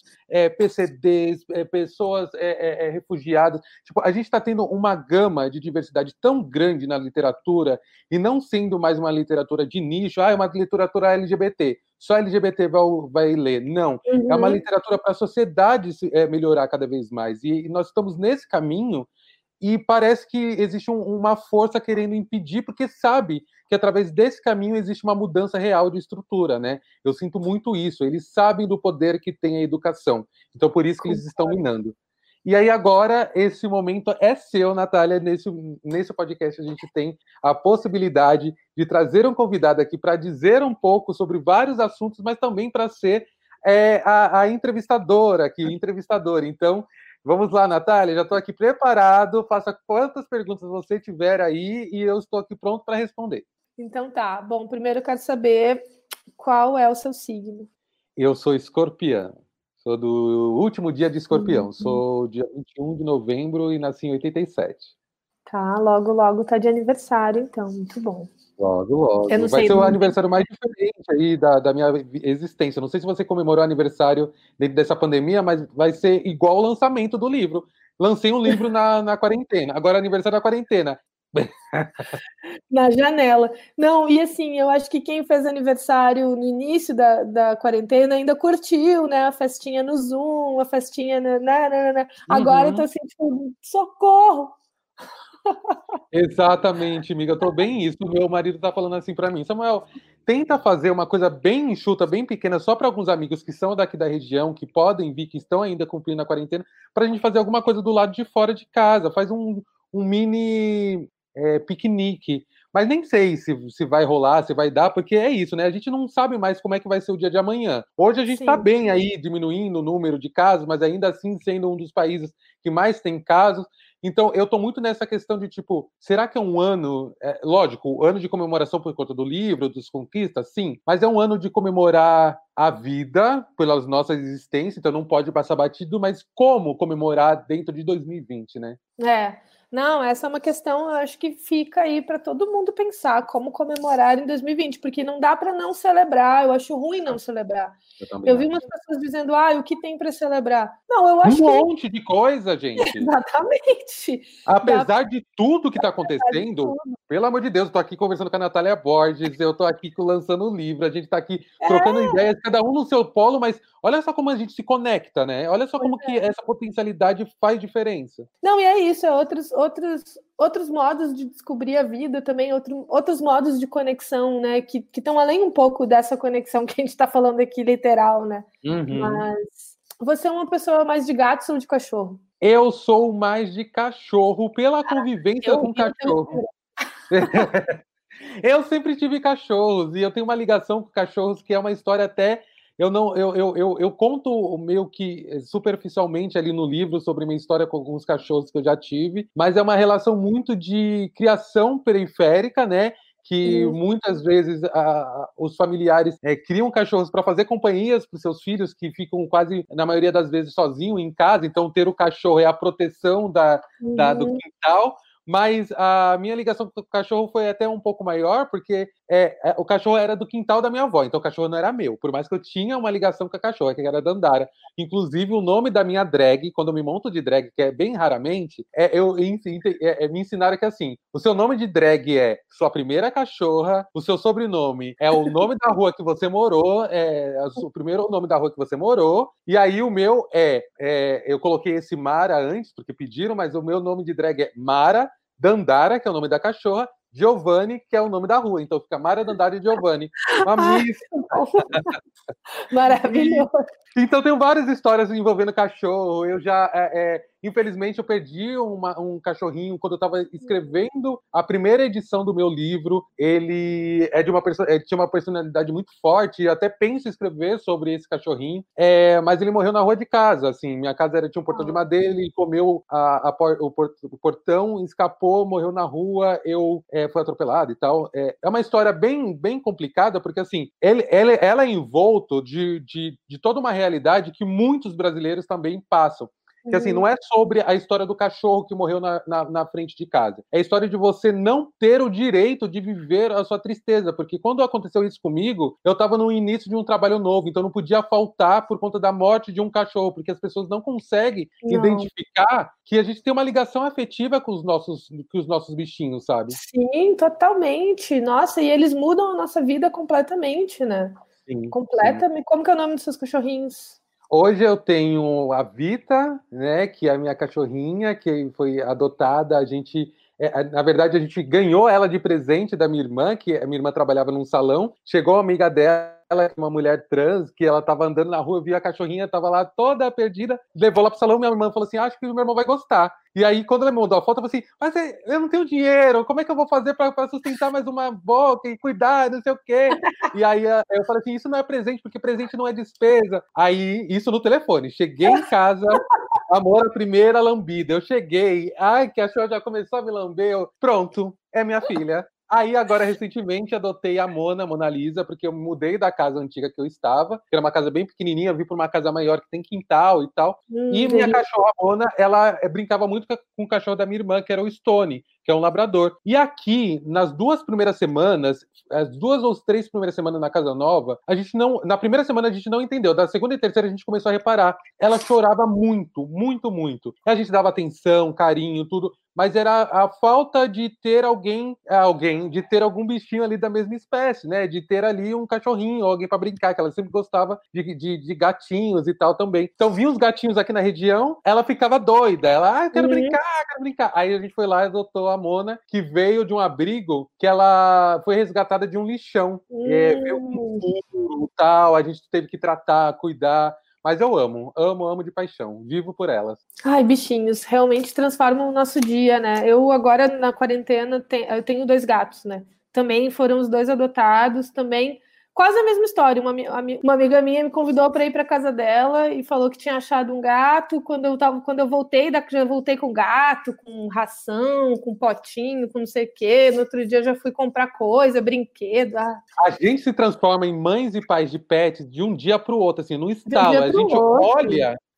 PCDs, pessoas refugiadas. Tipo, a gente está tendo uma gama de diversidade tão grande na literatura, e não sendo mais uma literatura de nicho, é uma literatura LGBT, só LGBT vai ler. Não, é uma literatura para a sociedade melhorar cada vez mais. E nós estamos nesse caminho, e parece que existe uma força querendo impedir, porque sabe que através desse caminho existe uma mudança real de estrutura, né? Eu sinto muito isso. Eles sabem do poder que tem a educação. Então, por isso que eles estão minando. E aí, agora, esse momento é seu, Natália. Nesse podcast, a gente tem a possibilidade de trazer um convidado aqui para dizer um pouco sobre vários assuntos, mas também para ser a entrevistadora aqui, o entrevistador. Então, vamos lá, Natália, já estou aqui preparado, faça quantas perguntas você tiver aí e eu estou aqui pronto para responder. Então tá, bom, primeiro eu quero saber qual é o seu signo. Eu sou escorpião, sou do último dia de escorpião, sou dia 21 de novembro e nasci em 87. Tá, logo tá de aniversário, então, muito bom. Logo. Vai ser o aniversário mais diferente aí da minha existência. Não sei se você comemorou aniversário dentro dessa pandemia, mas vai ser igual o lançamento do livro. Lancei um livro na quarentena, agora é aniversário da quarentena. Na janela. Não, e assim, eu acho que quem fez aniversário no início da quarentena ainda curtiu, né? A festinha no Zoom, a festinha Agora eu tô assim, tipo, socorro! Exatamente, amiga, eu tô bem isso. Meu marido tá falando assim para mim, Samuel, tenta fazer uma coisa bem enxuta, bem pequena, só para alguns amigos que são daqui da região, que podem vir, que estão ainda cumprindo a quarentena, pra gente fazer alguma coisa do lado de fora de casa. Faz um mini piquenique. Mas nem sei se vai rolar, se vai dar, porque é isso, né? A gente não sabe mais como é que vai ser o dia de amanhã. Hoje a gente tá bem aí, diminuindo o número de casos, mas ainda assim sendo um dos países que mais tem casos. Então, eu tô muito nessa questão de, tipo, será que é um ano... lógico, o ano de comemoração por conta do livro, dos conquistas, sim. Mas é um ano de comemorar a vida pelas nossas existências, então não pode passar batido, mas como comemorar dentro de 2020, né? Não, essa é uma questão, eu acho que fica aí para todo mundo pensar como comemorar em 2020, porque não dá para não celebrar, eu acho ruim não celebrar. Eu vi umas pessoas dizendo, o que tem para celebrar? Não, eu acho que... Um monte de coisa, gente. Exatamente. Apesar de tudo que está acontecendo, pelo amor de Deus, eu tô aqui conversando com a Natália Borges, eu tô aqui lançando o livro, a gente tá aqui trocando ideias, cada um no seu polo, mas olha só como a gente se conecta, né? Olha só como que essa potencialidade faz diferença. Não, e é isso, outros modos de descobrir a vida também, outros modos de conexão, né? Que estão além um pouco dessa conexão que a gente está falando aqui, literal, né? Mas você é uma pessoa mais de gato ou de cachorro? Eu sou mais de cachorro, pela convivência com cachorro. Eu sempre tive cachorros, e eu tenho uma ligação com cachorros que é uma história até... Eu conto meio que superficialmente ali no livro sobre minha história com alguns cachorros que eu já tive, mas é uma relação muito de criação periférica, né? Que muitas vezes os familiares criam cachorros para fazer companhias para os seus filhos, que ficam quase, na maioria das vezes, sozinhos em casa. Então, ter o cachorro é a proteção do quintal. Mas a minha ligação com o cachorro foi até um pouco maior, porque o cachorro era do quintal da minha avó, então o cachorro não era meu, por mais que eu tinha uma ligação com a cachorra, que era Dandara. Inclusive, o nome da minha drag, quando eu me monto de drag, que é bem raramente, me ensinaram que assim, o seu nome de drag é sua primeira cachorra, o seu sobrenome é o nome da rua que você morou, o primeiro nome da rua que você morou, e aí o meu eu coloquei esse Mara antes, porque pediram, mas o meu nome de drag é Mara Dandara, que é o nome da cachorra, Giovanni, que é o nome da rua. Então fica Mara Dandara e Giovanni. Maravilhoso. Então tem várias histórias envolvendo cachorro. Eu já, infelizmente, eu perdi um cachorrinho quando eu estava escrevendo a primeira edição do meu livro. Ele tinha uma personalidade muito forte. E até penso em escrever sobre esse cachorrinho, mas ele morreu na rua de casa. Assim, minha casa tinha um portão de madeira, ele comeu o portão, escapou, morreu na rua. Eu fui atropelado e tal. É uma história bem, bem complicada, porque assim, ela é envolto de toda uma realidade que muitos brasileiros também passam. Que assim, não é sobre a história do cachorro que morreu na frente de casa. É a história de você não ter o direito de viver a sua tristeza. Porque quando aconteceu isso comigo, eu estava no início de um trabalho novo, então não podia faltar por conta da morte de um cachorro, porque as pessoas não conseguem identificar que a gente tem uma ligação afetiva com os nossos bichinhos, sabe? Sim, totalmente. Nossa, e eles mudam a nossa vida completamente, né? Sim, completamente. Sim. Como que é o nome dos seus cachorrinhos? Hoje eu tenho a Vita, né, que é a minha cachorrinha, que foi adotada. Na verdade, a gente ganhou ela de presente da minha irmã, que a minha irmã trabalhava num salão. Chegou uma amiga dela, uma mulher trans, que ela estava andando na rua, viu a cachorrinha, estava lá toda perdida, levou lá pro salão. Minha irmã falou assim: acho que o meu irmão vai gostar. E aí, quando ela me mandou a foto, eu falei assim: mas eu não tenho dinheiro, como é que eu vou fazer para sustentar mais uma boca e cuidar, não sei o quê? E aí eu falei assim: isso não é presente, porque presente não é despesa. Aí, isso no telefone. Cheguei em casa, amor, a primeira lambida. Eu cheguei, que a cachorra já começou a me lamber. Pronto, é minha filha. Aí, agora, recentemente, adotei a Mona Lisa, porque eu mudei da casa antiga que eu estava, que era uma casa bem pequenininha, vim para uma casa maior que tem quintal e tal. E minha cachorra, Mona, ela brincava muito com o cachorro da minha irmã, que era o Stone, que é um labrador. E aqui, nas 2 primeiras semanas, as 2 ou 3 primeiras semanas na casa nova, na primeira semana a gente não entendeu, da segunda e terceira a gente começou a reparar. Ela chorava muito, muito, muito. A gente dava atenção, carinho, tudo, mas era a falta de ter de ter algum bichinho ali da mesma espécie, né? De ter ali um cachorrinho, alguém para brincar, que ela sempre gostava de gatinhos e tal também. Então, vinha os gatinhos aqui na região, ela ficava doida. Ela, quero brincar, quero brincar. Aí a gente foi lá e adotou a Mona, que veio de um abrigo que ela foi resgatada de um lixão. Veio com furo e tal, a gente teve que tratar, cuidar. Mas eu amo de paixão, vivo por elas. Ai, bichinhos, realmente transformam o nosso dia, né? Eu agora, na quarentena, eu tenho 2 gatos, né? Também foram os 2 adotados, também quase a mesma história. Uma amiga minha me convidou para ir para casa dela e falou que tinha achado um gato. Quando eu voltei, já voltei com gato, com ração, com potinho, com não sei o quê. No outro dia eu já fui comprar coisa, brinquedo. A gente se transforma em mães e pais de pets de um dia para o outro, assim, no estalo. A gente olha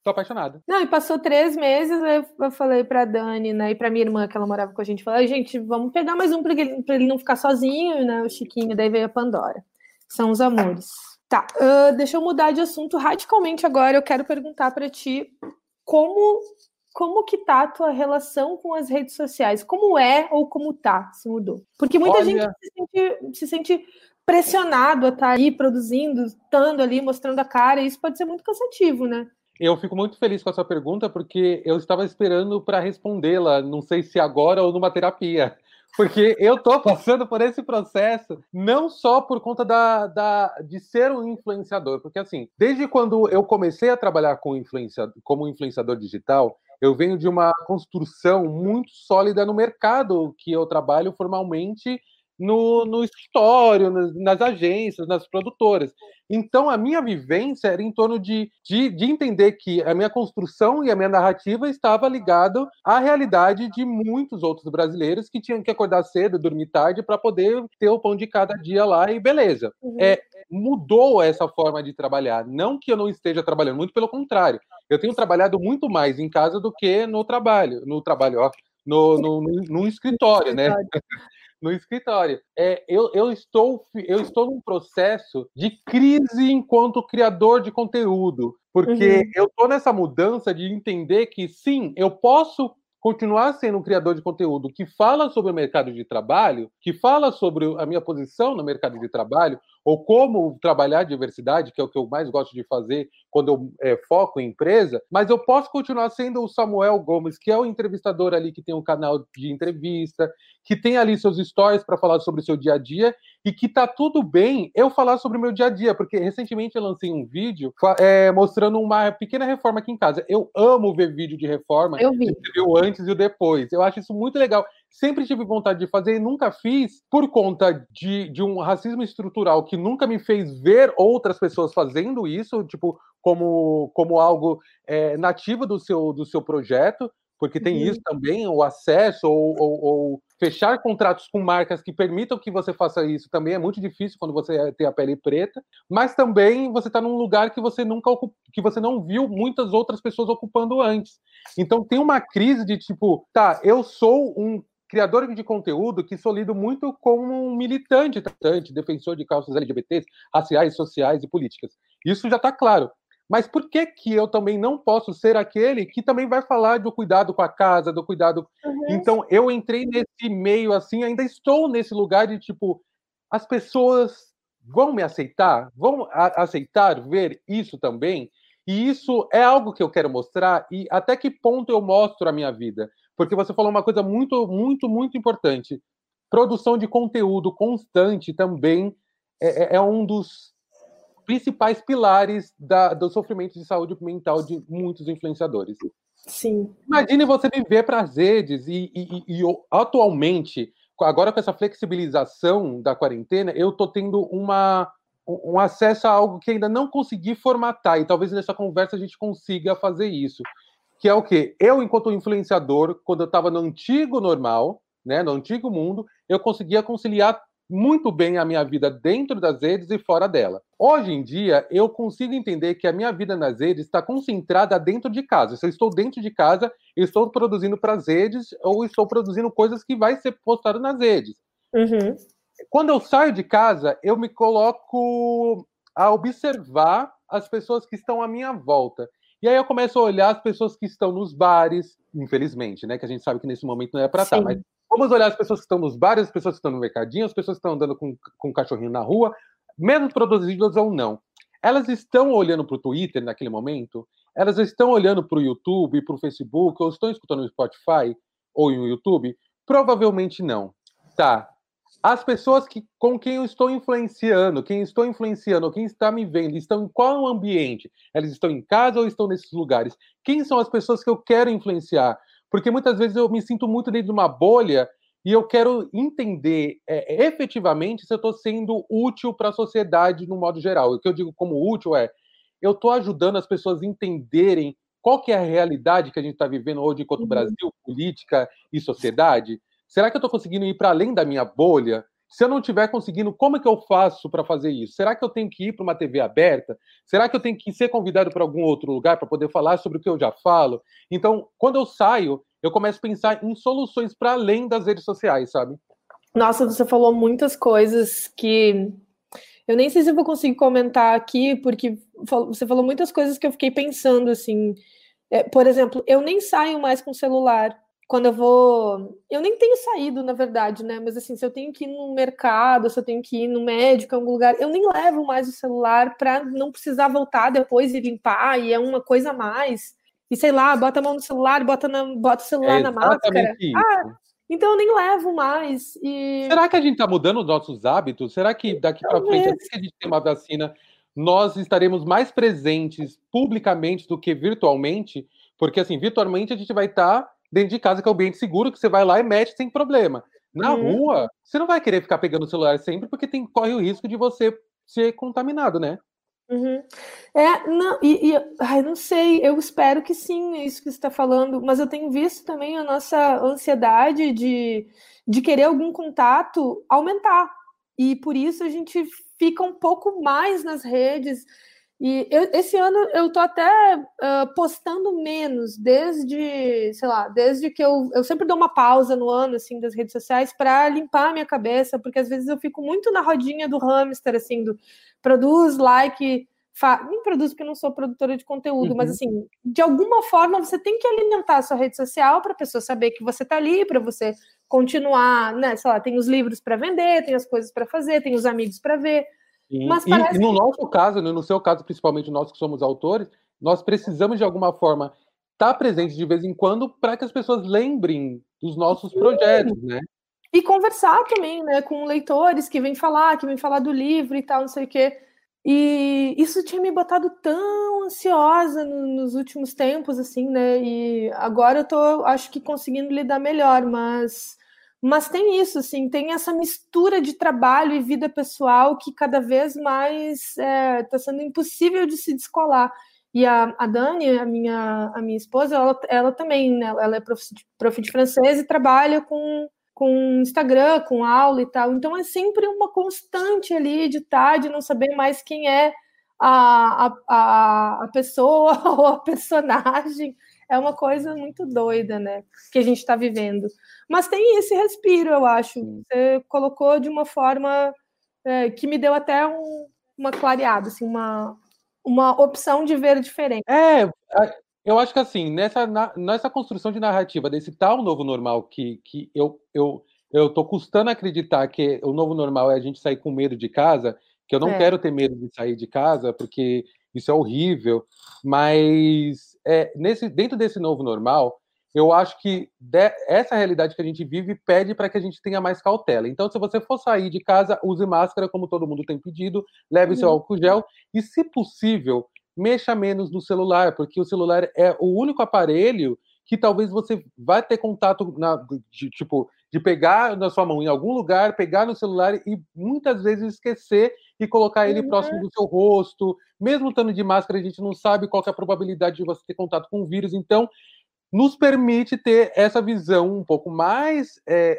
tô apaixonado. Não, e passou 3 meses, eu falei pra Dani, né, e pra minha irmã, que ela morava com a gente, falei, gente, vamos pegar mais um pra ele não ficar sozinho, né, o Chiquinho, daí veio a Pandora. São os amores. Tá, deixa eu mudar de assunto radicalmente agora, eu quero perguntar pra ti como que tá a tua relação com as redes sociais? Como é ou como tá, se mudou? Porque muita gente se sente pressionado a estar aí produzindo, estando ali, mostrando a cara, e isso pode ser muito cansativo, né? Eu fico muito feliz com a sua pergunta, porque eu estava esperando para respondê-la, não sei se agora ou numa terapia. Porque eu estou passando por esse processo, não só por conta de ser um influenciador, porque assim, desde quando eu comecei a trabalhar como influenciador digital, eu venho de uma construção muito sólida no mercado que eu trabalho formalmente no escritório, nas agências, nas produtoras. Então, a minha vivência era em torno de entender que a minha construção e a minha narrativa estava ligado à realidade de muitos outros brasileiros que tinham que acordar cedo, dormir tarde, para poder ter o pão de cada dia lá e beleza. Uhum. Mudou essa forma de trabalhar. Não que eu não esteja trabalhando, muito pelo contrário. Eu tenho trabalhado muito mais em casa do que no trabalho, no escritório, né? No escritório. Eu estou num processo de crise enquanto criador de conteúdo, porque eu estou nessa mudança de entender que, sim, eu posso continuar sendo um criador de conteúdo que fala sobre o mercado de trabalho, que fala sobre a minha posição no mercado de trabalho, ou como trabalhar a diversidade, que é o que eu mais gosto de fazer quando eu foco em empresa, mas eu posso continuar sendo o Samuel Gomes, que é o entrevistador ali que tem um canal de entrevista, que tem ali seus stories para falar sobre o seu dia a dia, e que tá tudo bem eu falar sobre o meu dia a dia, porque recentemente eu lancei um vídeo mostrando uma pequena reforma aqui em casa. Eu amo ver vídeo de reforma, eu vi. Você viu o antes e o depois. Eu acho isso muito legal. Sempre tive vontade de fazer e nunca fiz por conta de um racismo estrutural que nunca me fez ver outras pessoas fazendo isso, tipo, como algo nativo do seu projeto, porque tem isso também, o acesso ou fechar contratos com marcas que permitam que você faça isso também é muito difícil quando você tem a pele preta, mas também você está num lugar que você que você não viu muitas outras pessoas ocupando antes. Então tem uma crise de tipo, tá, eu sou um criador de conteúdo que sou lido muito como um militante, defensor de causas LGBTs, raciais, sociais e políticas. Isso já está claro. Mas por que eu também não posso ser aquele que também vai falar do cuidado com a casa, do cuidado... Então, eu entrei nesse meio, assim, ainda estou nesse lugar de, tipo, as pessoas vão me aceitar? Vão aceitar ver isso também? E isso é algo que eu quero mostrar e até que ponto eu mostro a minha vida. Porque você falou uma coisa muito, muito, muito importante. Produção de conteúdo constante também é um dos principais pilares do sofrimento de saúde mental de muitos influenciadores. Sim. Imagine você viver para as redes e atualmente, agora com essa flexibilização da quarentena, eu estou tendo um acesso a algo que ainda não consegui formatar, e talvez nessa conversa a gente consiga fazer isso. Que é o quê? Eu, enquanto influenciador, quando eu estava no antigo normal, né, no antigo mundo, eu conseguia conciliar muito bem a minha vida dentro das redes e fora dela. Hoje em dia, eu consigo entender que a minha vida nas redes está concentrada dentro de casa. Se eu estou dentro de casa, eu estou produzindo para as redes ou estou produzindo coisas que vai ser postado nas redes. Quando eu saio de casa, eu me coloco a observar as pessoas que estão à minha volta. E aí eu começo a olhar as pessoas que estão nos bares, infelizmente, né? Que a gente sabe que nesse momento não é para estar, mas vamos olhar as pessoas que estão nos bares, as pessoas que estão no mercadinho, as pessoas que estão andando com um cachorrinho na rua, menos produzidas ou não. Elas estão olhando para o Twitter naquele momento? Elas estão olhando para o YouTube, para o Facebook, ou estão escutando no Spotify ou no YouTube? Provavelmente não. Tá. As pessoas com quem eu estou influenciando, quem está me vendo, estão em qual ambiente? Elas estão em casa ou estão nesses lugares? Quem são as pessoas que eu quero influenciar? Porque muitas vezes eu me sinto muito dentro de uma bolha e eu quero entender efetivamente se eu estou sendo útil para a sociedade no modo geral. O que eu digo como útil eu estou ajudando as pessoas a entenderem qual que é a realidade que a gente está vivendo hoje enquanto Brasil, política e sociedade. Será que eu estou conseguindo ir para além da minha bolha? Se eu não estiver conseguindo, como é que eu faço para fazer isso? Será que eu tenho que ir para uma TV aberta? Será que eu tenho que ser convidado para algum outro lugar para poder falar sobre o que eu já falo? Então, quando eu saio, eu começo a pensar em soluções para além das redes sociais, sabe? Nossa, você falou muitas coisas que eu nem sei se eu vou conseguir comentar aqui, porque você falou muitas coisas que eu fiquei pensando, assim. Por exemplo, eu nem saio mais com celular. Quando eu vou... Eu nem tenho saído, na verdade, né? Mas, assim, se eu tenho que ir no mercado, se eu tenho que ir no médico, em algum lugar, eu nem levo mais o celular para não precisar voltar depois e limpar, e é uma coisa a mais. E, sei lá, bota a mão no celular, bota o celular na máscara. Exatamente isso. Então eu nem levo mais. E Será que a gente está mudando os nossos hábitos? Será que daqui para frente, assim que a gente tem uma vacina, nós estaremos mais presentes publicamente do que virtualmente? Porque, assim, virtualmente a gente vai estar dentro de casa, que é um ambiente seguro, que você vai lá e mete sem problema. Na rua, você não vai querer ficar pegando o celular sempre, porque corre o risco de você ser contaminado, né? Uhum. Não, ai, não sei, eu espero que sim, é isso que você está falando, mas eu tenho visto também a nossa ansiedade de querer algum contato aumentar, e por isso a gente fica um pouco mais nas redes. E esse ano eu tô até postando menos, sei lá, desde que eu sempre dou uma pausa no ano, assim, das redes sociais para limpar a minha cabeça, porque às vezes eu fico muito na rodinha do hamster, assim, do produz, like, nem produz porque eu não sou produtora de conteúdo, mas assim, de alguma forma você tem que alimentar a sua rede social para a pessoa saber que você tá ali, para você continuar, né, sei lá, tem os livros para vender, tem as coisas para fazer, tem os amigos para ver. Mas e no nosso caso, no seu caso, principalmente nós que somos autores, nós precisamos de alguma forma estar presente de vez em quando para que as pessoas lembrem dos nossos projetos, né? E conversar também, né, com leitores que vêm falar do livro e tal, não sei o quê. E isso tinha me botado tão ansiosa nos últimos tempos, assim, né? E agora eu tô, acho que conseguindo lidar melhor, mas tem isso, assim, tem essa mistura de trabalho e vida pessoal que cada vez mais está sendo impossível de se descolar. E a Dani, a minha esposa, ela também, né, ela é prof de francês e trabalha com Instagram, com aula e tal. Então é sempre uma constante ali de não saber mais quem é a pessoa ou a personagem. É uma coisa muito doida, né? Que a gente está vivendo. Mas tem esse respiro, eu acho. Você colocou de uma forma que me deu até uma clareada, assim, uma opção de ver diferente. Eu acho que assim, nessa construção de narrativa desse tal novo normal que eu tô custando acreditar que o novo normal é a gente sair com medo de casa, que eu não quero ter medo de sair de casa, porque isso é horrível, mas dentro desse novo normal, eu acho que essa realidade que a gente vive pede para que a gente tenha mais cautela. Então, se você for sair de casa, use máscara, como todo mundo tem pedido, leve seu álcool gel e, se possível, mexa menos no celular, porque o celular é o único aparelho que talvez você vai ter contato de pegar na sua mão em algum lugar, pegar no celular e muitas vezes esquecer e colocar ele próximo do seu rosto. Mesmo estando de máscara, a gente não sabe qual é a probabilidade de você ter contato com o vírus. Então, nos permite ter essa visão um pouco mais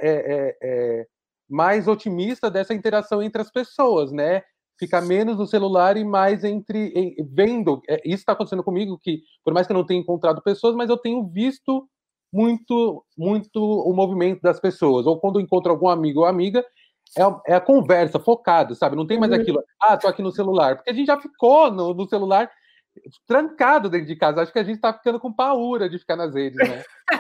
mais otimista dessa interação entre as pessoas, né? Ficar menos no celular e mais vendo. Isso está acontecendo comigo, que por mais que eu não tenha encontrado pessoas, mas eu tenho visto muito o movimento das pessoas. Ou quando eu encontro algum amigo ou amiga, é a conversa, focado, sabe? Não tem mais aquilo, tô aqui no celular. Porque a gente já ficou no celular trancado dentro de casa. Acho que a gente tá ficando com paura de ficar nas redes, né?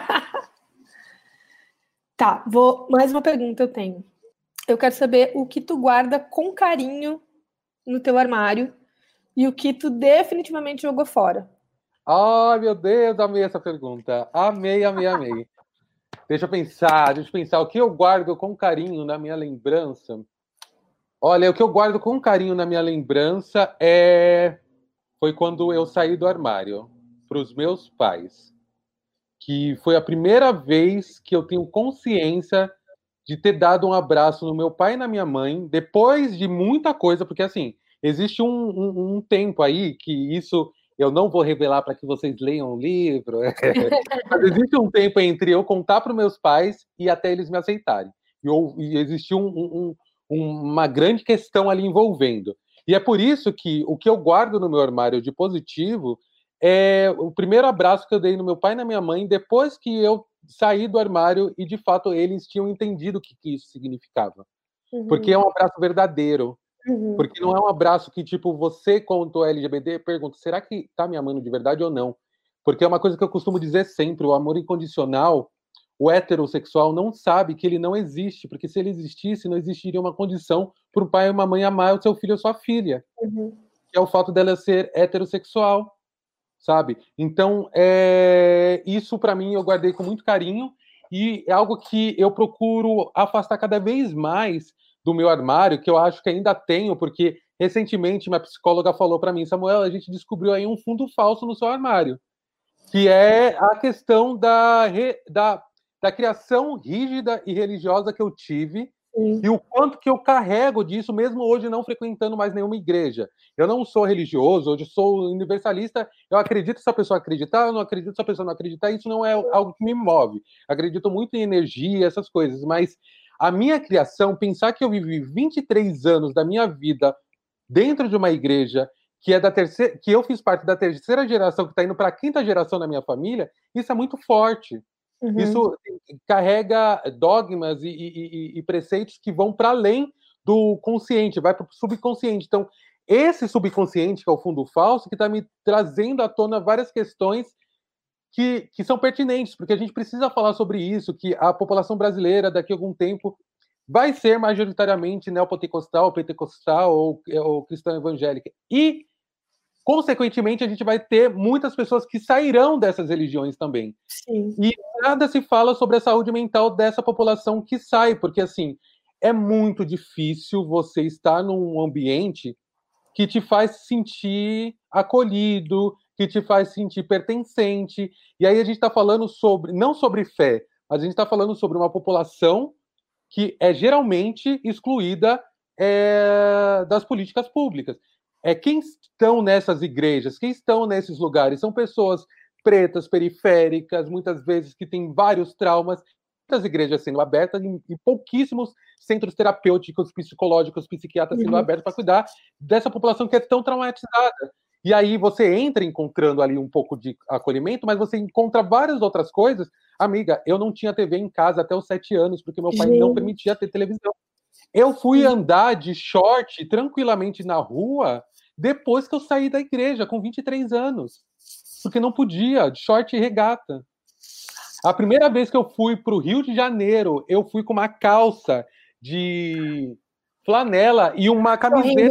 Tá, mais uma pergunta eu tenho. Eu quero saber o que tu guarda com carinho no teu armário e o que tu definitivamente jogou fora. Ai, meu Deus, amei essa pergunta. Amei. Deixa eu pensar o que eu guardo com carinho na minha lembrança. Olha, o que eu guardo com carinho na minha lembrança foi quando eu saí do armário para os meus pais, que foi a primeira vez que eu tenho consciência de ter dado um abraço no meu pai e na minha mãe, depois de muita coisa, porque assim, existe um tempo aí que isso eu não vou revelar para que vocês leiam o livro, mas existe um tempo entre eu contar para os meus pais e até eles me aceitarem. E existiu uma grande questão ali envolvendo. E é por isso que o que eu guardo no meu armário de positivo é o primeiro abraço que eu dei no meu pai e na minha mãe depois que eu saí do armário e, de fato, eles tinham entendido o que isso significava. Porque é um abraço verdadeiro. Porque não é um abraço que, tipo, você, quanto LGBT, pergunta, será que tá me amando de verdade ou não? Porque é uma coisa que eu costumo dizer sempre, o amor incondicional, o heterossexual não sabe que ele não existe, porque se ele existisse, não existiria uma condição para um pai e uma mãe amar o seu filho ou sua filha. Que é o fato dela ser heterossexual, sabe? Então, isso para mim eu guardei com muito carinho e é algo que eu procuro afastar cada vez mais do meu armário, que eu acho que ainda tenho, porque recentemente minha psicóloga falou para mim, Samuel, a gente descobriu aí um fundo falso no seu armário, que é a questão da criação rígida e religiosa que eu tive. E o quanto que eu carrego disso, mesmo hoje não frequentando mais nenhuma igreja. Eu não sou religioso, hoje sou universalista, eu acredito se a pessoa acreditar, eu não acredito se a pessoa não acreditar, isso não é algo que me move. Acredito muito em energia, essas coisas, mas a minha criação, pensar que eu vivi 23 anos da minha vida dentro de uma igreja, que é da terceira, que eu fiz parte da terceira geração, que está indo para a quinta geração da minha família, isso é muito forte. Isso carrega dogmas e preceitos que vão para além do consciente, vai para o subconsciente. Então, esse subconsciente, que é o fundo falso, que está me trazendo à tona várias questões que são pertinentes, porque a gente precisa falar sobre isso, que a população brasileira, daqui a algum tempo, vai ser majoritariamente neopentecostal, pentecostal ou cristã evangélica. E consequentemente, a gente vai ter muitas pessoas que sairão dessas religiões também. Sim. E nada se fala sobre a saúde mental dessa população que sai, porque, assim, é muito difícil você estar num ambiente que te faz sentir acolhido, que te faz sentir pertencente. E aí a gente está falando sobre, não sobre fé, mas a gente está falando sobre uma população que é geralmente excluída das políticas públicas. Quem estão nessas igrejas, quem estão nesses lugares, são pessoas pretas, periféricas, muitas vezes que têm vários traumas, muitas igrejas sendo abertas e pouquíssimos centros terapêuticos, psicológicos, psiquiatras sendo abertos para cuidar dessa população que é tão traumatizada. E aí você entra encontrando ali um pouco de acolhimento, mas você encontra várias outras coisas. Amiga, eu não tinha TV em casa até os 7 anos, porque meu pai não permitia ter televisão. Eu fui andar de short tranquilamente na rua depois que eu saí da igreja, com 23 anos. Porque não podia, de short e regata. A primeira vez que eu fui para o Rio de Janeiro, eu fui com uma calça de flanela e uma camiseta.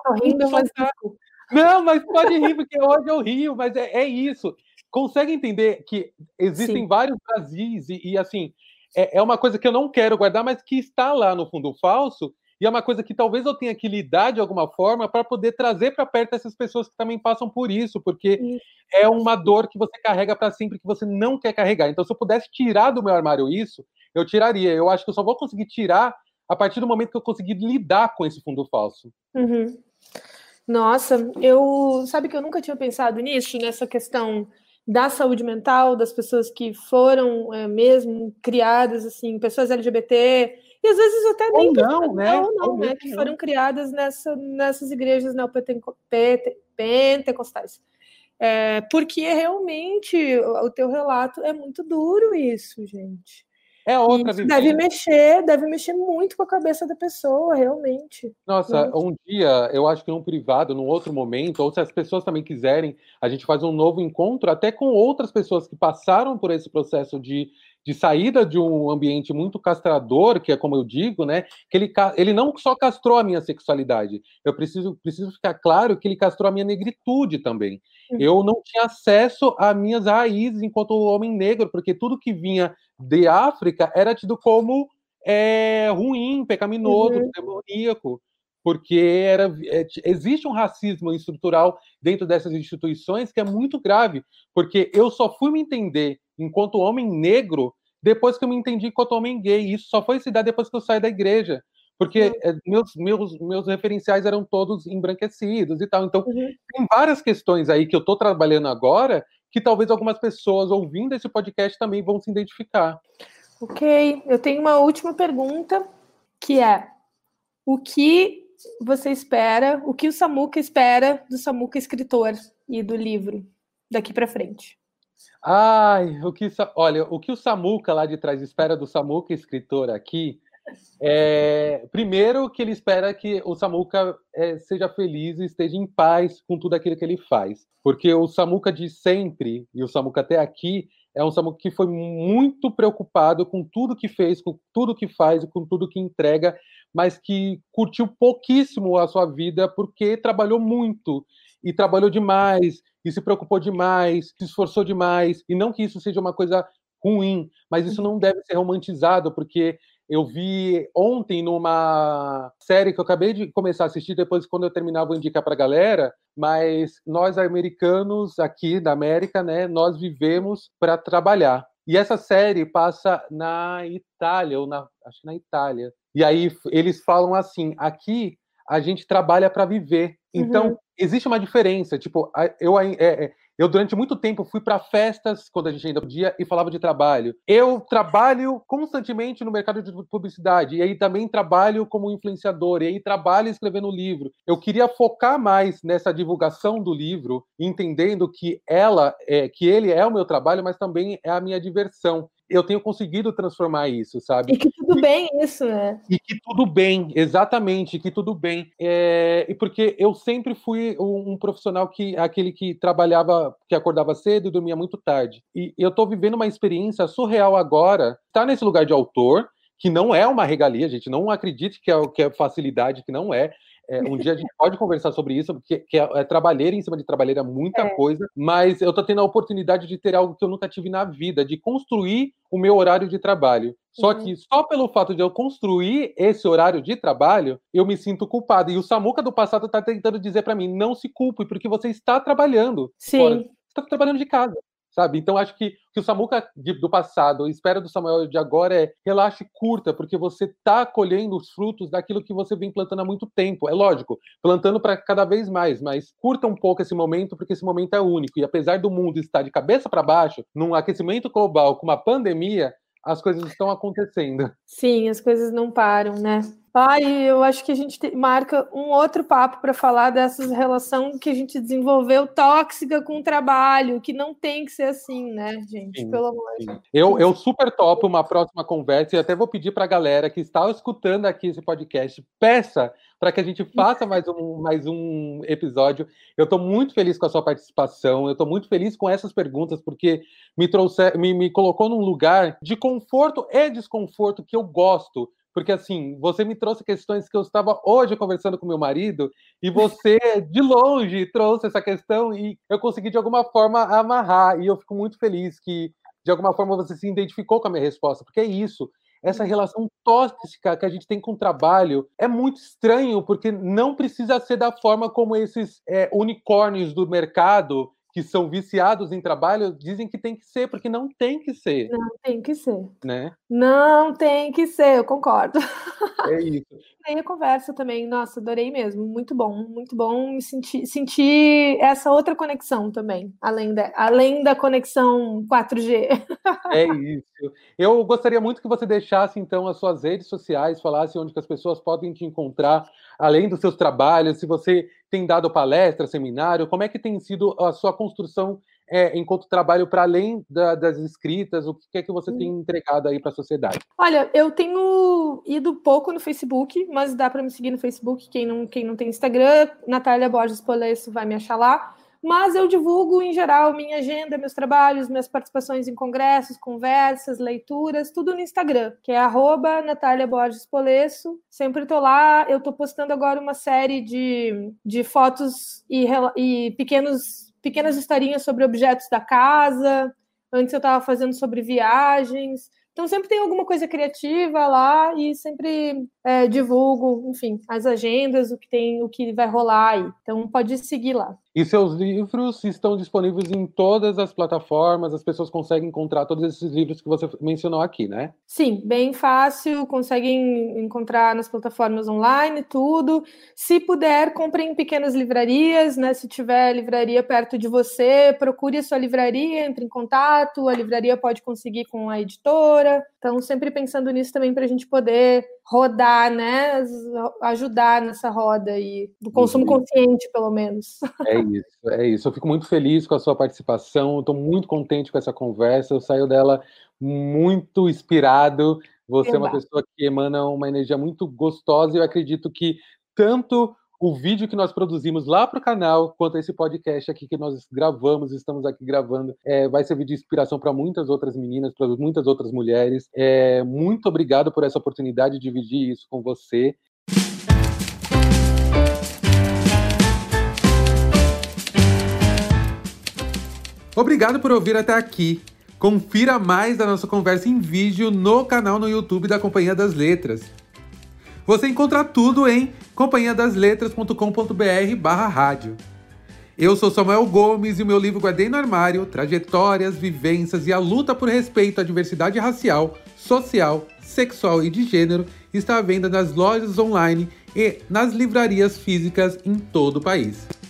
Não, mas pode rir, porque hoje eu rio, mas é isso. Consegue entender que existem vários Brasis e assim, é uma coisa que eu não quero guardar, mas que está lá no fundo falso, e é uma coisa que talvez eu tenha que lidar de alguma forma para poder trazer para perto essas pessoas que também passam por isso, porque é uma dor que você carrega para sempre, que você não quer carregar. Então, se eu pudesse tirar do meu armário isso, eu tiraria. Eu acho que eu só vou conseguir tirar a partir do momento que eu conseguir lidar com esse fundo falso. Nossa, sabe que eu nunca tinha pensado nisso, nessa questão da saúde mental, das pessoas que foram mesmo criadas, assim, pessoas LGBT, e às vezes até nem né? Que foram criadas nessas igrejas neopentecostais. Porque realmente o teu relato é muito duro isso, gente. É outra vivência. Deve mexer muito com a cabeça da pessoa, realmente. Nossa, um dia, eu acho que num privado, num outro momento, ou se as pessoas também quiserem, a gente faz um novo encontro, até com outras pessoas que passaram por esse processo de saída de um ambiente muito castrador, que é como eu digo, né? Que ele não só castrou a minha sexualidade, eu preciso ficar claro que ele castrou a minha negritude também. Eu não tinha acesso às minhas raízes enquanto homem negro, porque tudo que vinha de África era tido como ruim, pecaminoso, demoníaco, porque existe um racismo estrutural dentro dessas instituições que é muito grave, porque eu só fui me entender enquanto homem negro depois que eu me entendi enquanto homem gay, e isso só foi se dar depois que eu saí da igreja, porque meus referenciais eram todos embranquecidos e tal, então tem várias questões aí que eu estou trabalhando agora que talvez algumas pessoas ouvindo esse podcast também vão se identificar. Ok, eu tenho uma última pergunta, que é: o que você espera, o que o Samuca espera do Samuca escritor e do livro daqui para frente? Ai, olha, o que o Samuca lá de trás espera do Samuca escritor aqui primeiro que ele espera que o Samuca seja feliz e esteja em paz com tudo aquilo que ele faz. Porque o Samuca de sempre, e o Samuca até aqui, é um Samuca que foi muito preocupado com tudo que fez, com tudo que faz e com tudo que entrega, mas que curtiu pouquíssimo a sua vida porque trabalhou muito e trabalhou demais e se preocupou demais, se esforçou demais, e não que isso seja uma coisa ruim, mas isso não deve ser romantizado, porque eu vi ontem numa série que eu acabei de começar a assistir, depois quando eu terminar vou indicar para a galera, mas nós americanos aqui da América, né, nós vivemos para trabalhar. E essa série passa na Itália, acho que na Itália. E aí eles falam assim, aqui a gente trabalha para viver. Então, existe uma diferença. Tipo, eu durante muito tempo fui para festas, quando a gente ainda podia, e falava de trabalho. Eu trabalho constantemente no mercado de publicidade, e aí também trabalho como influenciador, e aí trabalho escrevendo livro. Eu queria focar mais nessa divulgação do livro, entendendo que ele é o meu trabalho, mas também é a minha diversão. Eu tenho conseguido transformar isso, sabe? E que tudo bem isso, né? E que tudo bem, exatamente, que tudo bem. E porque eu sempre fui um profissional aquele que trabalhava, que acordava cedo e dormia muito tarde. E eu estou vivendo uma experiência surreal agora, estar nesse lugar de autor, que não é uma regalia, gente, não acredite que é facilidade, que não é. Um dia a gente pode conversar sobre isso, porque trabalheira em cima de trabalheira, muita coisa, mas eu estou tendo a oportunidade de ter algo que eu nunca tive na vida, de construir o meu horário de trabalho. Só que só pelo fato de eu construir esse horário de trabalho, eu me sinto culpado. E o Samuca do passado está tentando dizer para mim, não se culpe, porque você está trabalhando. Sim. Fora, você está trabalhando de casa. Sabe? Então, acho que o Samuca do passado, espera do Samuel de agora relaxe, curta, porque você está colhendo os frutos daquilo que você vem plantando há muito tempo. É lógico, plantando para cada vez mais, mas curta um pouco esse momento, porque esse momento é único. E apesar do mundo estar de cabeça para baixo, num aquecimento global, com uma pandemia, as coisas estão acontecendo. Sim, as coisas não param, né? Eu acho que a gente marca um outro papo para falar dessa relação que a gente desenvolveu tóxica com o trabalho, que não tem que ser assim, né, gente? Sim, pelo amor de Deus. Eu super topo uma próxima conversa e até vou pedir para a galera que está escutando aqui esse podcast, peça para que a gente faça mais um episódio. Eu estou muito feliz com a sua participação, eu estou muito feliz com essas perguntas, porque me colocou num lugar de conforto e desconforto que eu gosto. Porque, assim, você me trouxe questões que eu estava hoje conversando com meu marido e você, de longe, trouxe essa questão e eu consegui, de alguma forma, amarrar. E eu fico muito feliz que, de alguma forma, você se identificou com a minha resposta. Porque é isso. Essa relação tóxica que a gente tem com o trabalho é muito estranho, porque não precisa ser da forma como esses unicórnios do mercado que são viciados em trabalho dizem que tem que ser, porque não tem que ser. Não tem que ser. Né? Não tem que ser, eu concordo. É isso. E a conversa também, nossa, adorei mesmo, muito bom sentir essa outra conexão também, além da conexão 4G. É isso. Eu gostaria muito que você deixasse, então, as suas redes sociais, falasse onde que as pessoas podem te encontrar, além dos seus trabalhos, se você tem dado palestra, seminário, como é que tem sido a sua construção enquanto trabalho para além das escritas, o que é que você tem entregado aí para a sociedade? Olha, eu tenho ido pouco no Facebook, mas dá para me seguir no Facebook, quem não tem Instagram, Natália Borges Polesso vai me achar lá. Mas eu divulgo, em geral, minha agenda, meus trabalhos, minhas participações em congressos, conversas, leituras, tudo no Instagram, que é @Natália Borges Polesso. Sempre estou lá. Eu estou postando agora uma série de fotos e pequenas historinhas sobre objetos da casa. Antes eu estava fazendo sobre viagens. Então sempre tem alguma coisa criativa lá e sempre divulgo, enfim, as agendas, o que vai rolar aí. Então pode seguir lá. E seus livros estão disponíveis em todas as plataformas, as pessoas conseguem encontrar todos esses livros que você mencionou aqui, né? Sim, bem fácil, conseguem encontrar nas plataformas online, tudo. Se puder, compre em pequenas livrarias, né? Se tiver livraria perto de você, procure a sua livraria, entre em contato, a livraria pode conseguir com a editora. Então, sempre pensando nisso também para a gente poder rodar, né? Ajudar nessa roda aí, do consumo consciente, pelo menos. É isso. Eu fico muito feliz com a sua participação, estou muito contente com essa conversa, eu saio dela muito inspirado. Você é uma pessoa que emana uma energia muito gostosa e eu acredito que tanto o vídeo que nós produzimos lá para o canal, quanto esse podcast aqui que nós gravamos, estamos aqui gravando, vai servir de inspiração para muitas outras meninas, para muitas outras mulheres. Muito obrigado por essa oportunidade de dividir isso com você. Obrigado por ouvir até aqui. Confira mais da nossa conversa em vídeo no canal no YouTube da Companhia das Letras. Você encontra tudo em companhiadasletras.com.br/rádio. Eu sou Samuel Gomes e o meu livro Guardei no Armário, Trajetórias, Vivências e a Luta por Respeito à Diversidade Racial, Social, Sexual e de Gênero está à venda nas lojas online e nas livrarias físicas em todo o país.